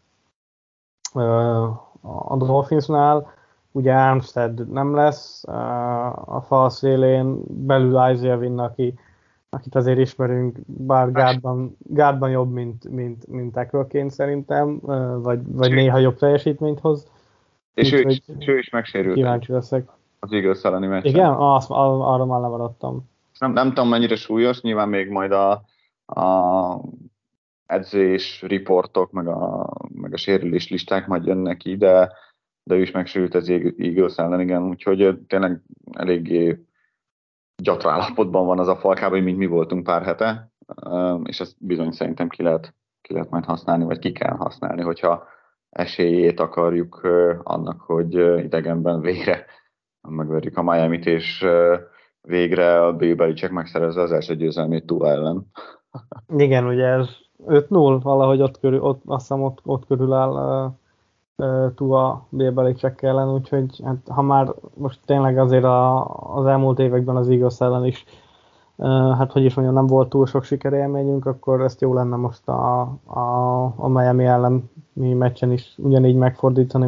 a Dolphinsnál. Ugye Armstead nem lesz, a fal szélén belül Isaiah Wynn, akit azért ismerünk, bár gárdban jobb, mint tackle-ként szerintem, vagy néha jobb teljesítményt hoz. És ő is megsérült. Kíváncsi leszek. Az Eagles elleni meccsen. Igen? Arra már lemaradtam. Nem tudom, mennyire súlyos, nyilván még majd a edzés riportok, meg a sérülés listák majd jönnek ki, de ő is megsérült az Eagles ellen, igen, úgyhogy tényleg eléggé gyatra állapotban van az a falkában, mint mi voltunk pár hete, és ezt bizony szerintem ki lehet majd használni, vagy ki kell használni, hogyha esélyét akarjuk annak, hogy idegenben végre megverjük a Miamit, és végre a Bill Belichick megszerezze az első győzelmét Tua ellen. Igen, ugye ez 5-0, valahogy azt hiszem ott körül áll Tua Bill Belichick ellen, úgyhogy hát, ha már most tényleg azért az elmúlt években az Eagles ellen is hát hogy is mondjam, nem volt túl sok sikerélményünk, akkor ezt jó lenne most a Miami ellen mi meccsen is ugyanígy megfordítani,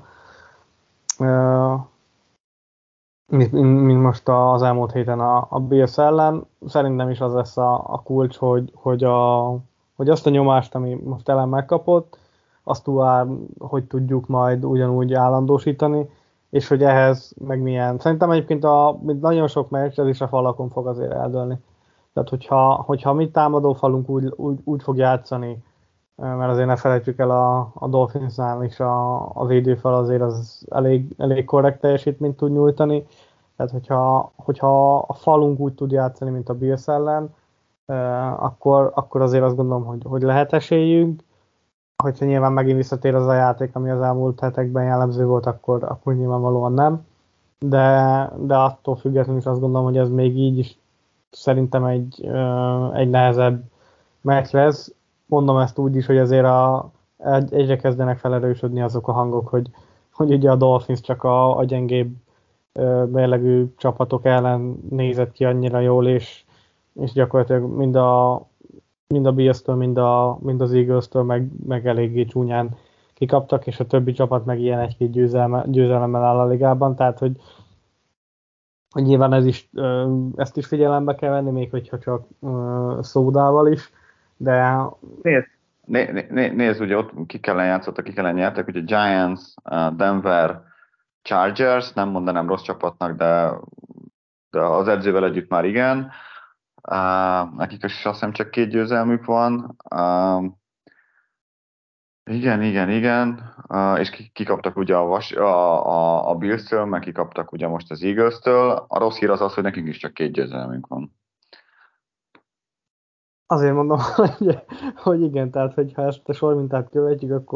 mint most az elmúlt héten a Bills ellen. Szerintem is az lesz a kulcs, hogy azt a nyomást, ami most ellen megkapott, azt hogy tudjuk majd ugyanúgy állandósítani, és hogy ehhez meg milyen. Szerintem egyébként mint nagyon sok meccs, ez is a falakon fog azért eldőlni. Tehát hogyha mi támadó falunk úgy fog játszani, mert azért ne felejtsük el a Dolphinsnál is a védőfal azért az elég korrekt teljesítményt tud nyújtani. Tehát hogyha a falunk úgy tud játszani, mint a Bills ellen, akkor azért azt gondolom, hogy lehet esélyünk. Hogyha nyilván megint visszatér az a játék, ami az elmúlt hetekben jellemző volt, akkor nyilvánvalóan nem. De attól függetlenül is azt gondolom, hogy ez még így is szerintem egy nehezebb meccs lesz. Mondom ezt úgy is, hogy azért egyre kezdenek felerősödni azok a hangok, hogy ugye a Dolphins csak a gyengébb mérlegű csapatok ellen nézett ki annyira jól, és gyakorlatilag mind a Bills-től, mind az Eagles-től meg eléggé csúnyán kikaptak, és a többi csapat meg ilyen egy-két győzelemmel áll a ligában, tehát hogy nyilván ezt is figyelembe kell venni, még hogyha csak szódával is, de... Nézd, ugye ott kik ellen nyertek, ugye Giants, Denver, Chargers, nem mondanám rossz csapatnak, de az edzővel együtt már igen. Nekik is azt hiszem csak 2 győzelmük van. Igen. És kikaptak ugye a Bills-től, meg kikaptak ugye most az Eagles-től. A rossz hír az, hogy nekünk is csak 2 győzelmünk van. Azért mondom, hogy igen, tehát hogyha ezt a sormintát követjük,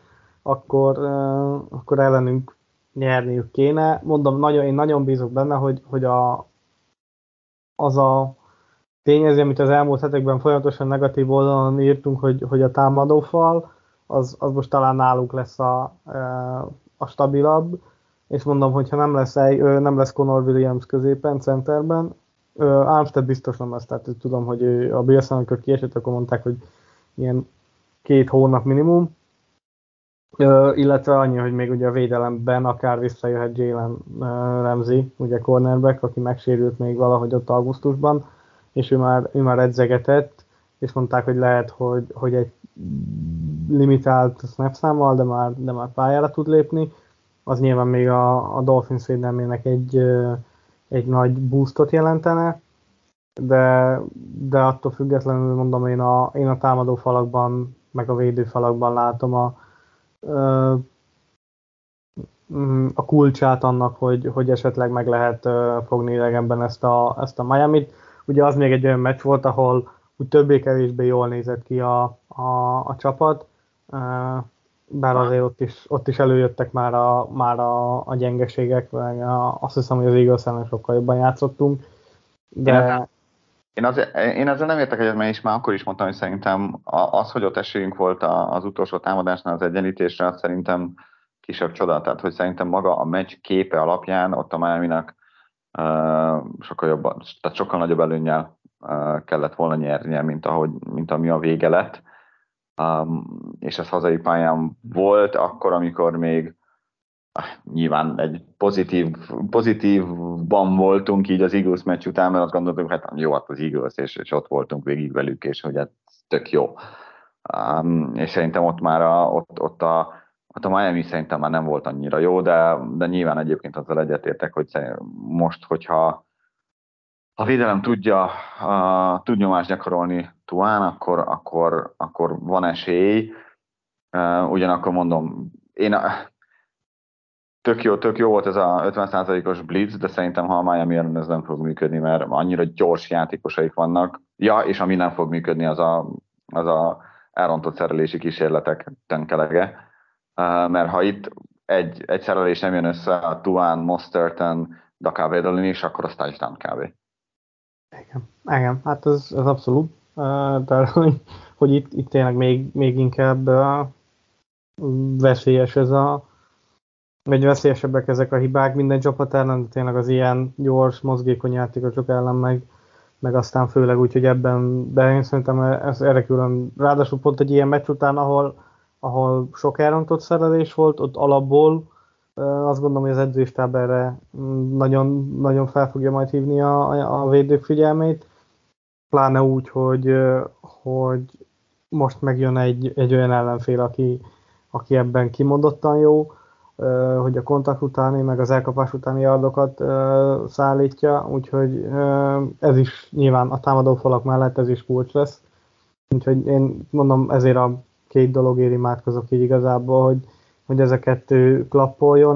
akkor ellenünk nyerniük kéne. Mondom, én nagyon bízok benne, hogy az a tényező, amit az elmúlt hetekben folyamatosan negatív oldalon írtunk, hogy a támadófal, az most talán nálunk lesz a stabilabb, és mondom, hogyha nem lesz Connor Williams középen, centerben, Armstead biztos nem lesz, tehát tudom, hogy a Bills-en, amikor kiesett, akkor mondták, hogy ilyen 2 hónap minimum, illetve annyi, hogy még ugye a védelemben akár visszajöhet Jalen Ramsey, ugye cornerback, aki megsérült még valahogy ott augusztusban, és ő már edzegetett, és mondták, hogy lehet, hogy egy limitált snap számmal, de már pályára tud lépni. Az nyilván még a Dolphins védelmének egy nagy boostot jelentene, de attól függetlenül mondom, én a támadó falakban, meg a védő falakban látom a kulcsát annak, hogy esetleg meg lehet fogni idegenben ezt a Miamit. Ugye az még egy olyan meccs volt, ahol úgy többé-kevésbé jól nézett ki a csapat, bár azért ott is előjöttek már a gyengeségek, meg azt hiszem, hogy az Eagles ellen sokkal jobban játszottunk. De... Én ezzel nem értek egyet, mert is már akkor is mondtam, hogy szerintem az, hogy ott esélyünk volt az utolsó támadásnál az egyenlítésre, az szerintem kisebb csoda. Tehát, hogy szerintem maga a meccs képe alapján ott a Miaminak sokkal nagyobb előnnyel kellett volna nyernie, mint ami a vége lett. És ez hazai pályán volt akkor, amikor még nyilván egy pozitívban voltunk így az Eagles meccs után, mert azt gondoltuk, hogy hát jó, hát az Eagles, és ott voltunk végig velük, és hogy hát tök jó. És szerintem ott már a Miami szerintem már nem volt annyira jó, de nyilván egyébként azzal egyetértek, hogy most, hogyha a védelem tudja nyomást gyakorolni Tuán, akkor van esély. Ugyanakkor mondom, tök jó volt ez a 50%-os blitz, de szerintem ha a Miami ellen ez nem fog működni, mert annyira gyors játékosaik vannak. Ja, és ami nem fog működni, az a elrontott szerelési kísérletek tönkelege. Mert ha itt egy szerelés nem jön össze a Tuán, Mosterten, Dakar védelni is, akkor az touchdown kb. Igen, hát ez abszolút. Tehát, hogy itt tényleg még inkább veszélyes vagy veszélyesebbek ezek a hibák minden csapat ellen, de tényleg az ilyen gyors, mozgékony játékosok ellen meg aztán főleg úgy, hogy ebben, de én szerintem ez erre külön, ráadásul pont egy ilyen meccs után, ahol sok elrontott szerelés volt, ott alapból azt gondolom, hogy az edzőstáb erre nagyon, nagyon fel fogja majd hívni a védők figyelmét, pláne úgy, hogy most megjön egy olyan ellenfél, aki ebben kimondottan jó. hogy a kontakt utáni, meg az elkapás utáni yardokat szállítja, úgyhogy ez is nyilván a támadófalak mellett ez is kulcs lesz. Úgyhogy én mondom, ezért a két dologért imádkozok így igazából, hogy ez a kettő klappoljon,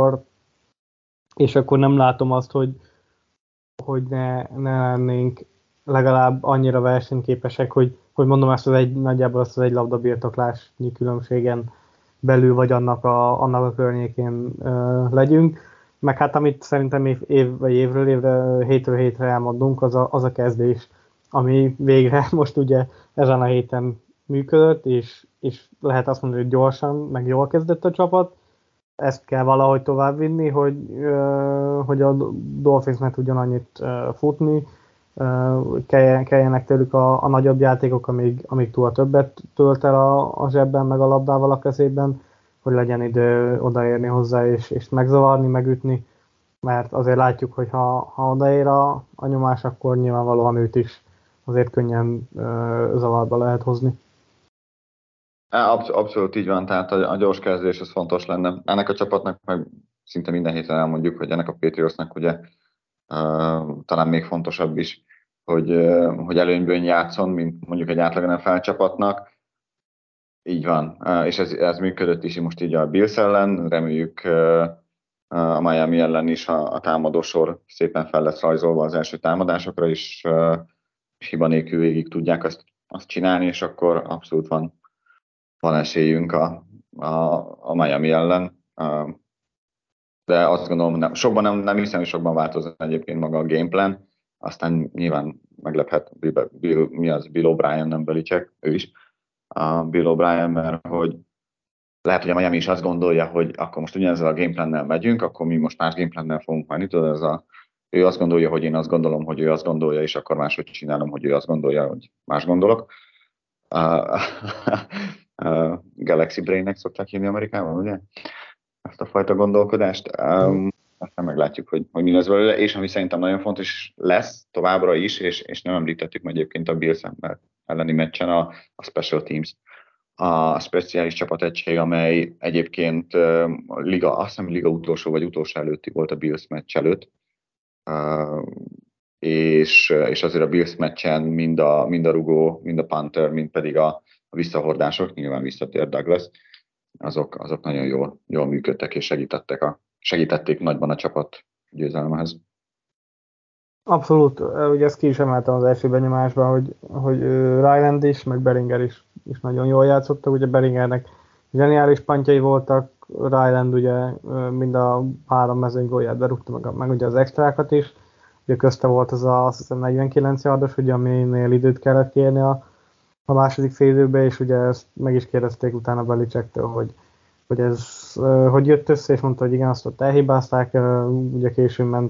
és akkor nem látom azt, hogy ne lennénk legalább annyira versenyképesek, hogy mondom ezt nagyjából azt az egy labda birtoklásnyi különbségen belül vagy annak a környékén legyünk. Meg hát amit szerintem évről évre, hétről hétre elmondunk, az a kezdés, ami végre most ugye ezen a héten működött, és lehet azt mondani, hogy gyorsan, meg jól kezdett a csapat. Ezt kell valahogy továbbvinni, hogy a Dolphins meg tudjon annyit futni, kelljenek tőlük a nagyobb játékok, amíg túl többet tölt el a zsebben, meg a labdával a kezében, hogy legyen idő odaérni hozzá, és megzavarni, megütni, mert azért látjuk, hogy ha odaér a nyomás, akkor nyilvánvalóan őt is azért könnyen zavarba lehet hozni. Abszolút így van, tehát a gyors kezdés az fontos lenne. Ennek a csapatnak meg szinte minden héten elmondjuk, hogy ennek a Patriotsnak ugye talán még fontosabb is, hogy előnyben játszon, mint mondjuk egy átlag NFL csapatnak. Így van, és ez működött is most így a Bills ellen, reméljük a Miami ellen is a támadósor szépen fel lesz rajzolva az első támadásokra, és hiba nélkül végig tudják azt csinálni, és akkor abszolút van esélyünk a Miami ellen. De azt gondolom, sokban nem hiszem, hogy sokban változott egyébként maga a gameplan. Aztán nyilván meglephet Bill O'Brien, nem Belichick, ő is. Bill O'Brien, mert hogy lehet, hogy a Miami is azt gondolja, hogy akkor most ugyanezzel a gameplannel megyünk, akkor mi most más gameplannel fogunk menni. Tudod, ő azt gondolja, hogy én azt gondolom, hogy ő azt gondolja, és akkor máshogy csinálom, hogy ő azt gondolja, hogy más gondolok. Galaxy Brainnek szokták hívni Amerikában, ugye? Ezt a fajta gondolkodást. Aztán meglátjuk, hogy mi lesz belőle, és ami szerintem nagyon fontos lesz továbbra is, és nem említettük meg egyébként a Bills elleni meccsen a Special Teams, a speciális csapategység, amely egyébként azt hiszem liga utolsó vagy utolsó előtti volt a Bills meccs előtt, és azért a Bills meccsen mind a rugó, mind a punter, mind pedig a visszahordások, nyilván visszatért Douglas, azok nagyon jól működtek és segítették nagyban a csapat győzelmehez. Abszolút, ugye ezt ki is emeltem az első benyomásban, hogy Ryland is, meg Beringer is nagyon jól játszottak, ugye Beringernek zseniális pantjai voltak, Ryland ugye mind a 3 mezőnygólját berúgta, meg ugye az extrákat is, ugye közte volt az azt hiszem 49 yardos, ugye aminél időt kellett kérni a második fél időben, és ugye ezt meg is kérdezték utána Belichicktől, hogy ez hogy jött össze, és mondta, hogy igen, azt ott elhibázták, ugye későn ment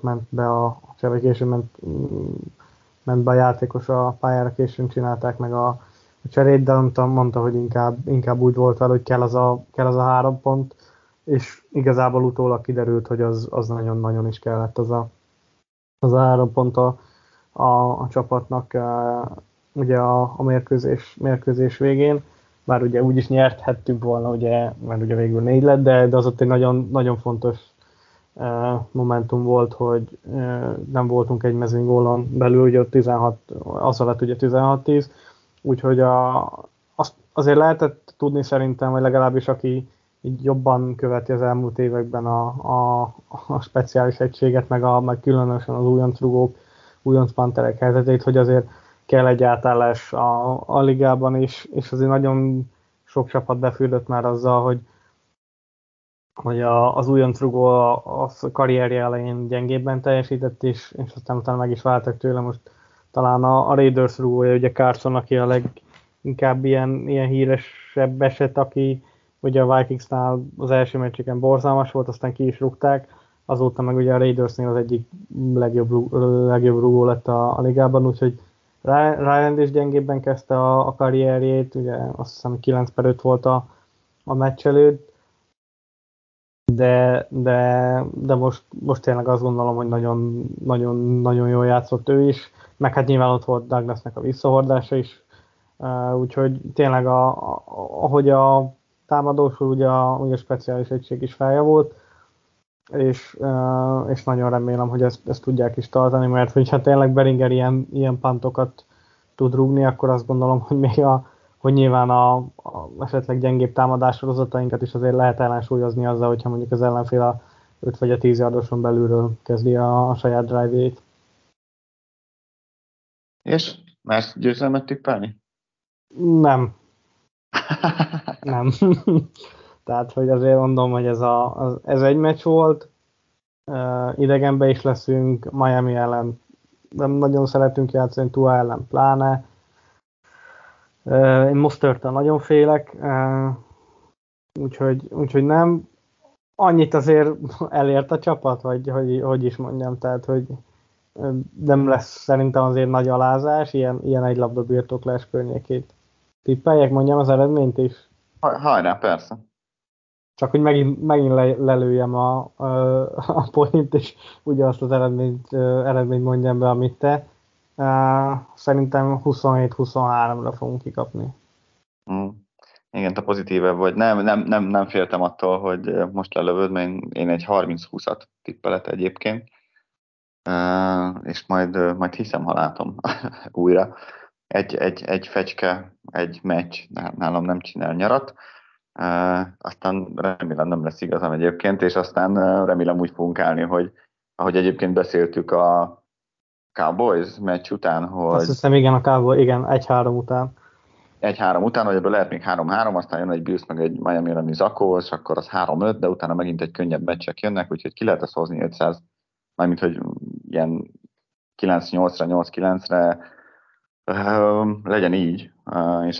be a játékos a pályára, későn csinálták meg a cserét, de mondta, hogy inkább úgy volt vele, hogy kell az a 3 pont, és igazából utólag kiderült, hogy az nagyon-nagyon is kellett az a 3 pont a csapatnak ugye a mérkőzés végén, bár ugye úgy is nyerthettünk volna, ugye, mert ugye végül 4 lett, de az ott egy nagyon, nagyon fontos momentum volt, hogy nem voltunk egy mezőnygólon belül, ugye 16, az alatt ugye 16-10, úgyhogy azért lehetett tudni szerintem, vagy legalábbis aki így jobban követi az elmúlt években a speciális egységet, meg különösen az újonc rugók, újonc panterek helyzetét, hogy azért kell egy átállás a ligában is, és azért nagyon sok csapat befürdött már azzal, hogy az újonc rugó a karrierje elején gyengébben teljesített, és aztán utána meg is váltak tőle. Most talán a Raiders rugója, ugye Carson, aki a leginkább ilyen híresebb eset, aki ugye a Vikingsnál az első meccseken borzalmas volt, aztán ki is rúgták, azóta meg ugye a Raidersnél az egyik legjobb rugó lett a ligában, úgyhogy Ryland is gyengébben kezdte a karrierjét, ugye azt hiszem 9/5 volt a meccs előtt, de most tényleg azt gondolom, hogy nagyon jól játszott ő is, meg hát nyilván ott volt Douglasnek a visszahordása is, úgyhogy tényleg ahogy a támadósul, ugye a speciális egység is feljavult, és nagyon remélem, hogy ezt tudják is tartani, mert hogyha tényleg Beringer ilyen pantokat tud rúgni, akkor azt gondolom, hogy még hogy nyilván a esetleg gyengébb támadássorozatainkat is azért lehet ellensúlyozni azzal, hogyha mondjuk az ellenfél a 5 vagy a 10 yardoson belülről kezdi a saját drive-ét. És más győzelmet tippelni? Nem. Nem. Tehát, hogy azért mondom, hogy ez egy meccs volt, idegenbe is leszünk, Miami ellen nem nagyon szeretünk játszani, Tua ellen pláne. Én Mostertől nagyon félek, úgyhogy nem. Annyit azért elért a csapat, vagy hogy is mondjam, tehát, hogy nem lesz szerintem azért nagy alázás, ilyen egy labda birtoklás környékét. Tippeljek, mondjam az eredményt is? Hajrá, persze. Csak hogy megint lelőjem a point, és ugyanazt az eredményt mondjam be, amit te. Szerintem 27-23-ra fogunk kikapni. Igen, te pozitívebb vagy. Nem féltem attól, hogy most lelövöd, mert én egy 30-20-at tippelek egyébként. És majd hiszem, ha látom újra. Egy fecske, egy meccs nálam nem csinál nyarat. Aztán remélem nem lesz igazam egyébként, és aztán remélem úgy fogunk állni, hogy ahogy egyébként beszéltük a Cowboys meccs után, hogy... Azt hiszem, igen, a Cowboys, igen, 1-3 után. 1-3 után, hogy ebből lehet még 3-3, aztán jön egy Bills meg egy Miami elleni Zakó, és akkor az 3-5, de utána megint egy könnyebb meccsek jönnek, úgyhogy ki lehet ezt hozni 500, mármint, hogy ilyen 9-8-ra, 8-9-re legyen így, és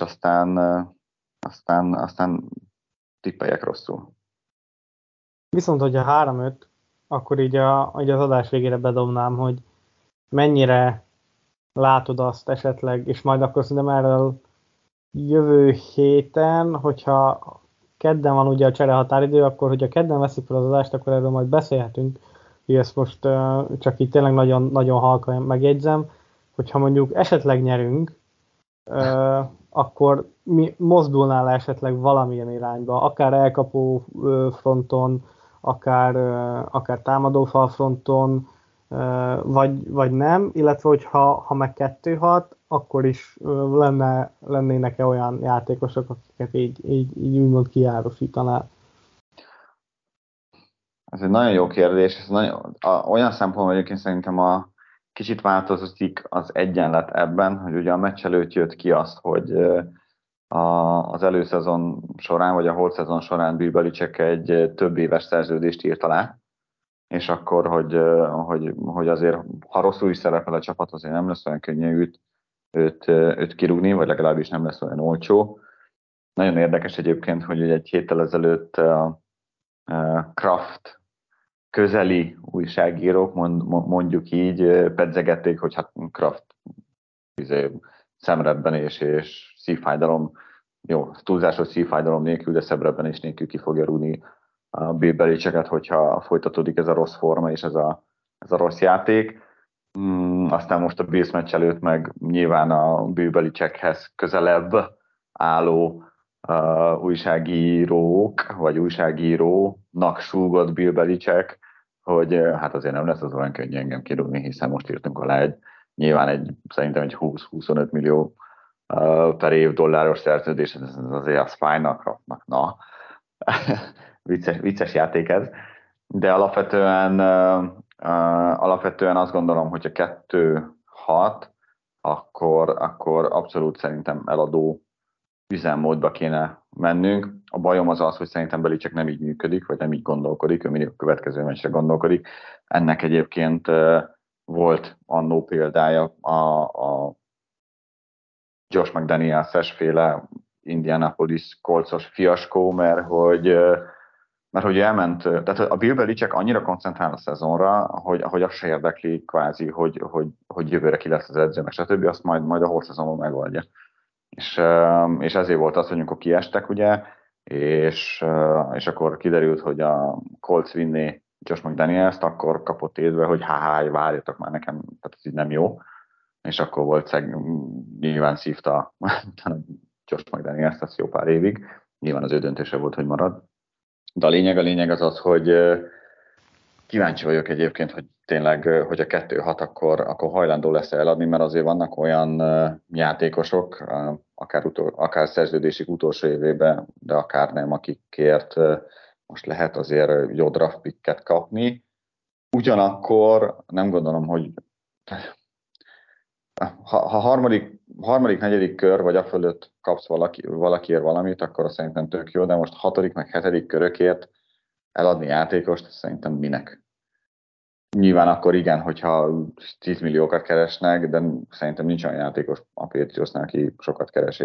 aztán tippeljek rosszul. Viszont, hogyha 3-5, akkor így az adás végére bedobnám, hogy mennyire látod azt esetleg, és majd akkor szerintem erről jövő héten, hogyha kedden van ugye a cserehatáridő, akkor hogyha kedden veszik fel az adást, akkor erről majd beszélhetünk, hogy ezt most csak így tényleg nagyon, nagyon halkan megjegyzem, hogyha mondjuk esetleg nyerünk, akkor mi mozdulnál esetleg valamilyen irányba, akár elkapó fronton, akár támadófal fronton, vagy nem, illetve hogyha meg 2-6, akkor is lennének-e olyan játékosok, akiket így úgymond kiárosítanál? Ez egy nagyon jó kérdés. Ez olyan szempontból egyébként szerintem kicsit változik az egyenlet ebben, hogy ugye a meccs előtt jött ki azt, hogy az előszezon során, vagy a holt szezon során Bill Belichick egy több éves szerződést írt alá, és akkor, hogy azért, ha rosszul is szerepel a csapat, azért nem lesz olyan könnyű őt kirúgni, vagy legalábbis nem lesz olyan olcsó. Nagyon érdekes egyébként, hogy egy héttel ezelőtt Kraft közeli újságírók, mondjuk így, pedzegették, hogy hát Kraft szemrebbenés és szívfájdalom, jó, túlzásos szívfájdalom nélkül, de szemrebbenés nélkül ki fogja rúgni a Bill Belichicket, hogyha folytatódik ez a rossz forma és ez a rossz játék. Aztán most a Bills meccs előtt meg nyilván a Bill Belichickhez közelebb álló újságírók, vagy újságírónak súgott Bill Belichick, hogy hát azért nem lesz az olyan könnyű engem kirúgni, hiszen most írtunk alá szerintem egy 20-25 millió per év dolláros szerződés, ez azért a Spy-nak, na, vicces játék ez, de alapvetően azt gondolom, hogy a 2-6, akkor abszolút szerintem eladó üzemmódba kéne mennünk. A bajom az, hogy szerintem Belichick nem így működik, vagy nem így gondolkodik, ő mindig a következő meccsre gondolkodik. Ennek egyébként volt annó példája a Josh McDaniels-es féle Indianapolis Colts-os fiaskó, mert hogy elment, tehát a Bill Belichick annyira koncentrál a szezonra, hogy azt se érdekli kvázi, hogy jövőre ki lesz az edző, meg stb. Azt majd a holt szezonban megoldja. És ezért volt az, hogy amikor kiestek, ugye, és akkor kiderült, hogy a Colts vinné Josh McDaniels-t, akkor kapott észbe, hogy várjatok már nekem, tehát ez így nem jó. És akkor volt nyilván szívta Josh McDaniels-t jó pár évig, nyilván az ő döntése volt, hogy marad. De a lényeg az, hogy kíváncsi vagyok egyébként, hogy tényleg, hogy a 2-6 akkor hajlandó lesz eladni, mert azért vannak olyan játékosok, akár szerződésük utolsó évében, de akár nem, akikért most lehet azért jó draft picket kapni. Ugyanakkor nem gondolom, hogy ha harmadik, negyedik kör, vagy a fölött kapsz valakiért valamit, akkor azt szerintem tök jó, de most 6., meg 7. körökért eladni játékost, szerintem minek? Nyilván akkor igen, hogyha 10 milliókat keresnek, de szerintem nincs olyan játékos a Patriotsnál, aki sokat keres,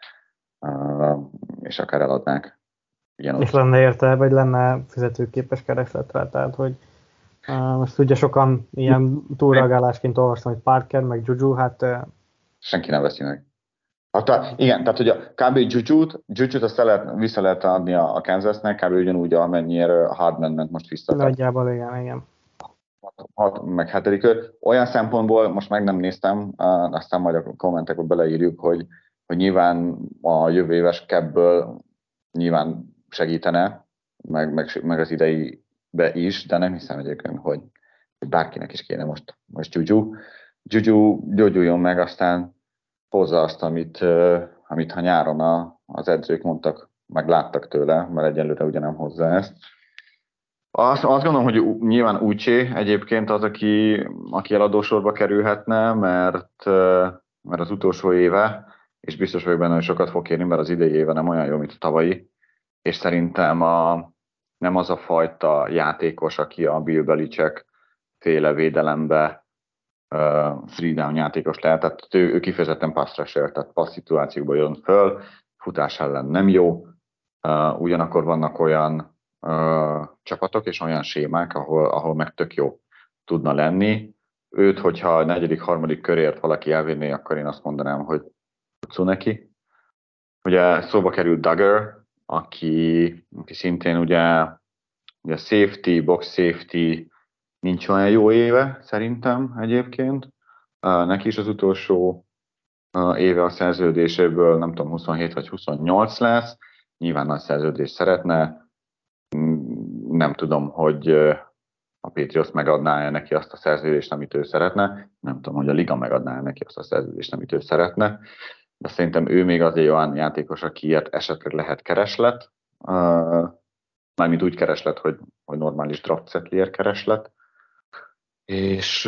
és akár eladnák. És lenne érte, vagy lenne fizetőképes keresletre, tehát hogy most ugye sokan ilyen túlreagálásként olvastam, hogy Parker, meg Juju, hát... Senki nem veszi meg. Igen, tehát hogy a kb. Juju-t azt vissza lehet adni a Kansasnek, kb. Ugyanúgy, amennyire Hardman ment most vissza. Nagyjából igen. 6. meg 7. kör. Olyan szempontból, most meg nem néztem, aztán majd a kommentekbe beleírjuk, hogy nyilván a jövő éves capből nyilván segítene, meg az ideibe is, de nem hiszem egyébként, hogy bárkinek is kéne most Juju. Juju gyógyuljon meg, aztán hozza azt, amit ha nyáron az edzők mondtak, meg láttak tőle, mert egyelőre ugye nem hozza ezt. Azt gondolom, hogy nyilván Uche egyébként az, aki eladósorba kerülhetne, mert az utolsó éve, és biztos vagyok benne, hogy sokat fog kérni, mert az idei éve nem olyan jó, mint a tavalyi, és szerintem nem az a fajta játékos, aki a Bill Belichick féle védelembe three down játékos lehet, tehát ő kifejezetten pass rusher, tehát passz szituációkban jön föl, futás ellen nem jó, ugyanakkor vannak olyan csapatok és olyan sémák, ahol meg tök jó tudna lenni. Őt, hogyha a 4., 3. körért valaki elvinné, akkor én azt mondanám, hogy tudsz neki. Ugye szóba került Duggar, aki szintén ugye safety, box safety, nincs olyan jó éve szerintem egyébként. Neki is az utolsó éve a szerződéséből, nem tudom, 27 vagy 28 lesz. Nyilván nagy szerződést szeretne. Nem tudom, hogy a Patriots megadná neki azt a szerződést, amit ő szeretne. Nem tudom, hogy a liga megadná neki azt a szerződést, amit ő szeretne. De szerintem ő még az egy olyan játékos, akiért esetleg lehet kereslet. Mármint úgy kereslet, hogy normális draft setlier kereslet. És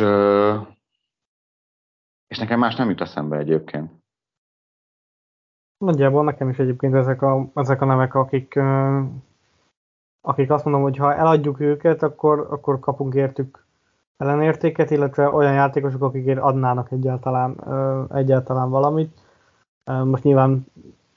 nekem más nem jut eszembe egyébként. Nagyjából nekem is egyébként ezek a nevek, akik azt mondom, hogy ha eladjuk őket, akkor kapunk értük ellenértéket, illetve olyan játékosok, akikért adnának egyáltalán valamit. Most nyilván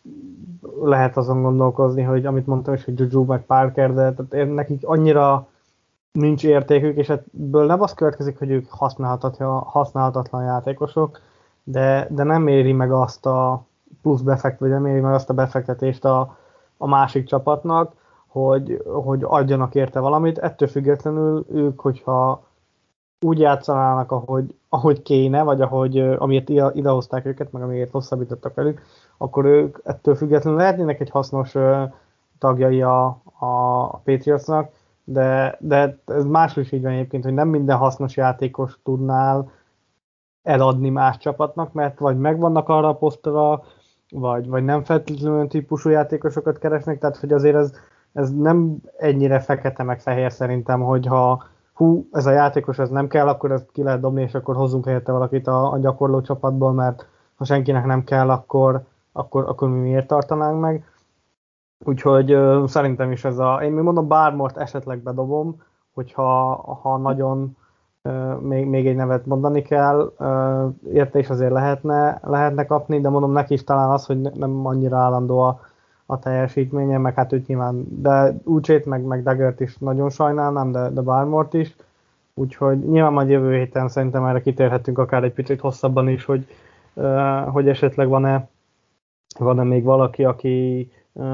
lehet azon gondolkozni, hogy amit mondtam is, hogy Juju meg Parker, de tehát nekik annyira nincs értékük, és ebből nem az következik, hogy ők használhatatlan játékosok, de nem éri meg azt a plusz vagy nem éri meg azt a befektetést a másik csapatnak, hogy adjanak érte valamit. Ettől függetlenül ők, hogyha úgy játszanának, ahogy kéne, vagy amiért idehozták őket, meg amiért hosszabbítottak velük, akkor ők ettől függetlenül lehetnének egy hasznos tagjai a Patriotsnak, de ez máshol is így van egyébként, hogy nem minden hasznos játékos tudnál eladni más csapatnak, mert vagy megvannak arra a posztra, vagy nem feltétlenül olyan típusú játékosokat keresnek, tehát hogy azért ez nem ennyire fekete meg fehér szerintem, hogyha ez a játékos ez nem kell, akkor ezt ki lehet dobni, és akkor hozzunk helyette valakit a gyakorló csapatból, mert ha senkinek nem kell, akkor mi miért tartanánk meg. Úgyhogy szerintem is én még mondom, Barmore-t esetleg bedobom, hogyha nagyon még egy nevet mondani kell, érte is azért lehetne kapni, de mondom neki is talán az, hogy nem annyira állandó a teljesítménye, meg hát őt nyilván, de Uche-t meg Duggart is nagyon sajnálnám, de Barmore-t is, úgyhogy nyilván majd jövő héten szerintem erre kitérhetünk akár egy picit hosszabban is, hogy esetleg van-e még valaki, aki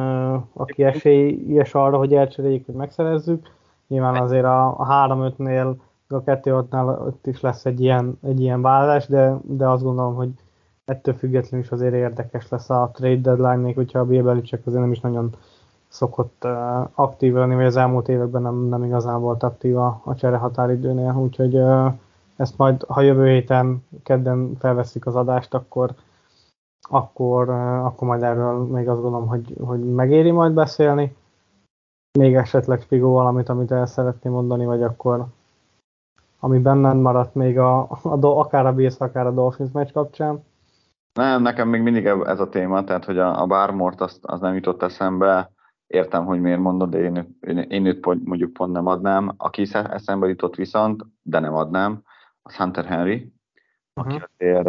esélyes arra, hogy elcseréljük, hogy megszerezzük. Nyilván azért a 3-5-nél, a 2-6-nál ott is lesz egy ilyen váltás, de azt gondolom, hogy ettől függetlenül is azért érdekes lesz a trade deadline, még hogyha a Bill Belichick azért nem is nagyon szokott aktív lenni, vagy az elmúlt években nem igazán volt aktív a csere határidőnél, úgyhogy ezt majd, ha jövő héten kedden felveszik az adást, akkor majd erről még azt gondolom, hogy megéri majd beszélni. Még esetleg Spigó valamit, amit el szeretném mondani, vagy akkor ami bennem maradt még akár a Bills, akár a Dolphins meccs kapcsán. Nem, nekem még mindig ez a téma, tehát hogy a Barmore-t az nem jutott eszembe. Értem, hogy miért mondod, de én őt mondjuk pont nem adnám. Aki eszembe jutott viszont, de nem adnám, az Hunter Henry, aki azért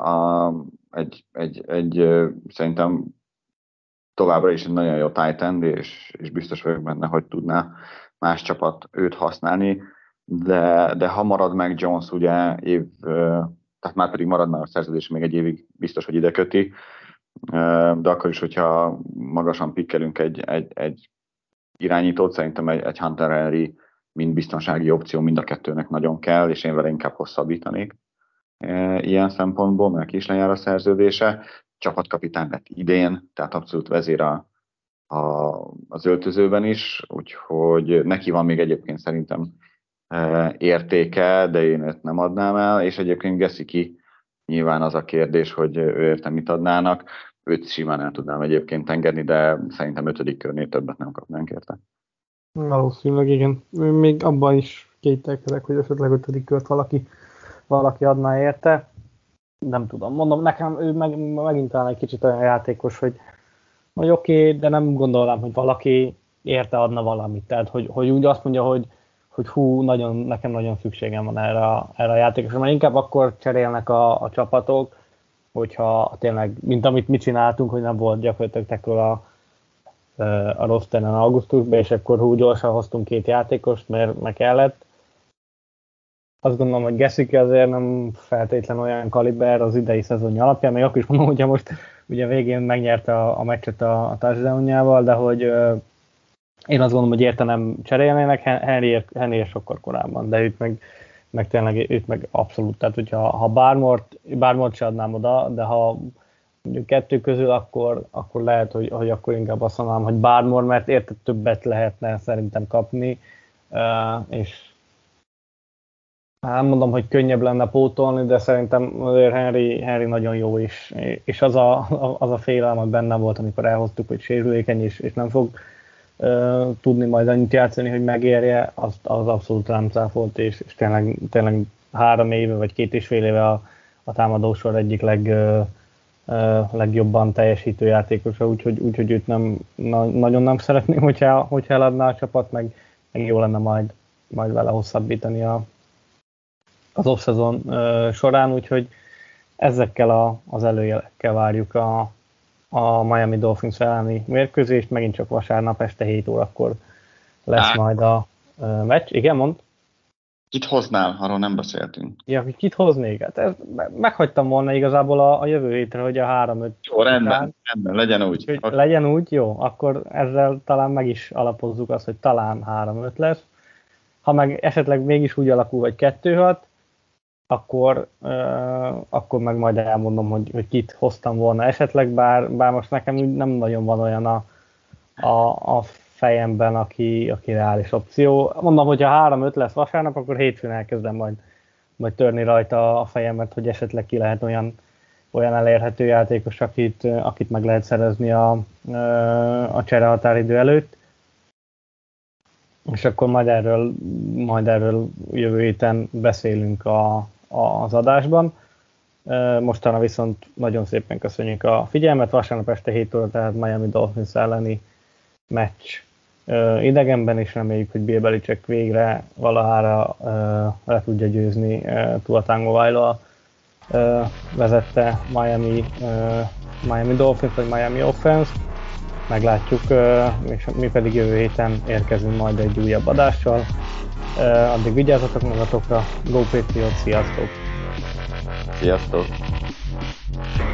egy szerintem továbbra is egy nagyon jó tight end, és biztos vagyok benne, hogy tudná más csapat őt használni, de ha marad meg Jones ugye tehát már pedig marad már a szerződés még egy évig biztos, hogy ide köti, de akkor is, hogyha magasan pikkelünk egy irányítót, szerintem egy Hunter Henry mind biztonsági opció, mind a kettőnek nagyon kell, és én vele inkább hosszabbítanék ilyen szempontból, mert is lejár a szerződése. Csapatkapitány lett idén, tehát abszolút vezér az öltözőben is, úgyhogy neki van még egyébként szerintem értéke, de én őt nem adnám el, és egyébként Gesicki nyilván az a kérdés, hogy ő érte mit adnának, őt simán el tudnám egyébként engedni, de szerintem 5. körnél többet nem kapnánk érte. Valószínűleg igen. Még abban is kételkedek, hogy esetleg 5. kört valaki adná érte. Nem tudom, mondom, nekem ő megint talán egy kicsit olyan játékos, hogy oké, de nem gondolnám, hogy valaki érte adna valamit. Tehát, hogy úgy azt mondja, hogy hú, nekem nagyon szükségem van erre a játékosra, mert inkább akkor cserélnek a csapatok, hogyha tényleg, mint amit mi csináltunk, hogy nem volt gyakorlatilag tekről a rosteren augusztusban, és akkor hú, gyorsan hoztunk 2 játékost, mert meg kellett. Azt gondolom, hogy Gesicki azért nem feltétlen olyan kaliber az idei szezonja alapján, még akkor is mondom, hogyha most ugye végén megnyerte a meccset a touchdownjával, de hogy én azt gondolom, hogy érte nem cserélnének, Henry sokkal korábban, de őt meg tényleg őt meg abszolút, tehát hogyha Barmore-t se adnám oda, de ha mondjuk 2 közül, akkor lehet, hogy akkor inkább azt mondanám, hogy Barmore, mert érte többet lehetne szerintem kapni, és nem mondom, hogy könnyebb lenne pótolni, de szerintem azért Henry nagyon jó is, és az a félelem, hogy benne volt, amikor elhoztuk, hogy sérülékeny, és nem fog tudni majd annyit játszani, hogy megérje, az abszolút nem cáfolt, és tényleg 3 éve vagy 2,5 éve a támadósor egyik legjobban teljesítő játékosa, úgyhogy őt nagyon nem szeretném, hogyha eladná a csapat, meg jó lenne majd vele hosszabbítani az off-szezon során, úgyhogy ezekkel az előjelekkel várjuk a Miami Dolphins elleni mérkőzést, megint csak vasárnap este 7 órakor lesz majd a meccs. Igen, mondd? Kit hoznál? Arról nem beszéltünk. Ja, kit hoznék? Hát meghagytam volna igazából a jövő hétre, hogy a 3-5... Jó, rendben, legyen úgy. Legyen úgy, jó, akkor ezzel talán meg is alapozzuk azt, hogy talán 3-5 lesz. Ha meg esetleg mégis úgy alakul, vagy 2-6, akkor meg majd elmondom, hogy kit hoztam volna esetleg, bár most nekem nem nagyon van olyan a fejemben, aki reális opció. Mondom, hogy ha 3-5 lesz vasárnap, akkor hétfőn elkezdem majd törni rajta a fejemet, hogy esetleg ki lehet olyan elérhető játékos, akit meg lehet szerezni a cserehatáridő előtt. És akkor majd erről jövő héten beszélünk az adásban. Mostanra viszont nagyon szépen köszönjük a figyelmet. Vasárnap este 7 óra, tehát Miami Dolphins elleni meccs idegenben, és reméljük, hogy Bill Belichick végre valahára le tudja győzni Tua Tagovailoa vezette Miami Dolphins, vagy Miami Offense. Meglátjuk, és mi pedig jövő héten érkezünk majd egy újabb adással. Addig vigyázzatok magatokra, Go Patriots, sziasztok! Sziasztok!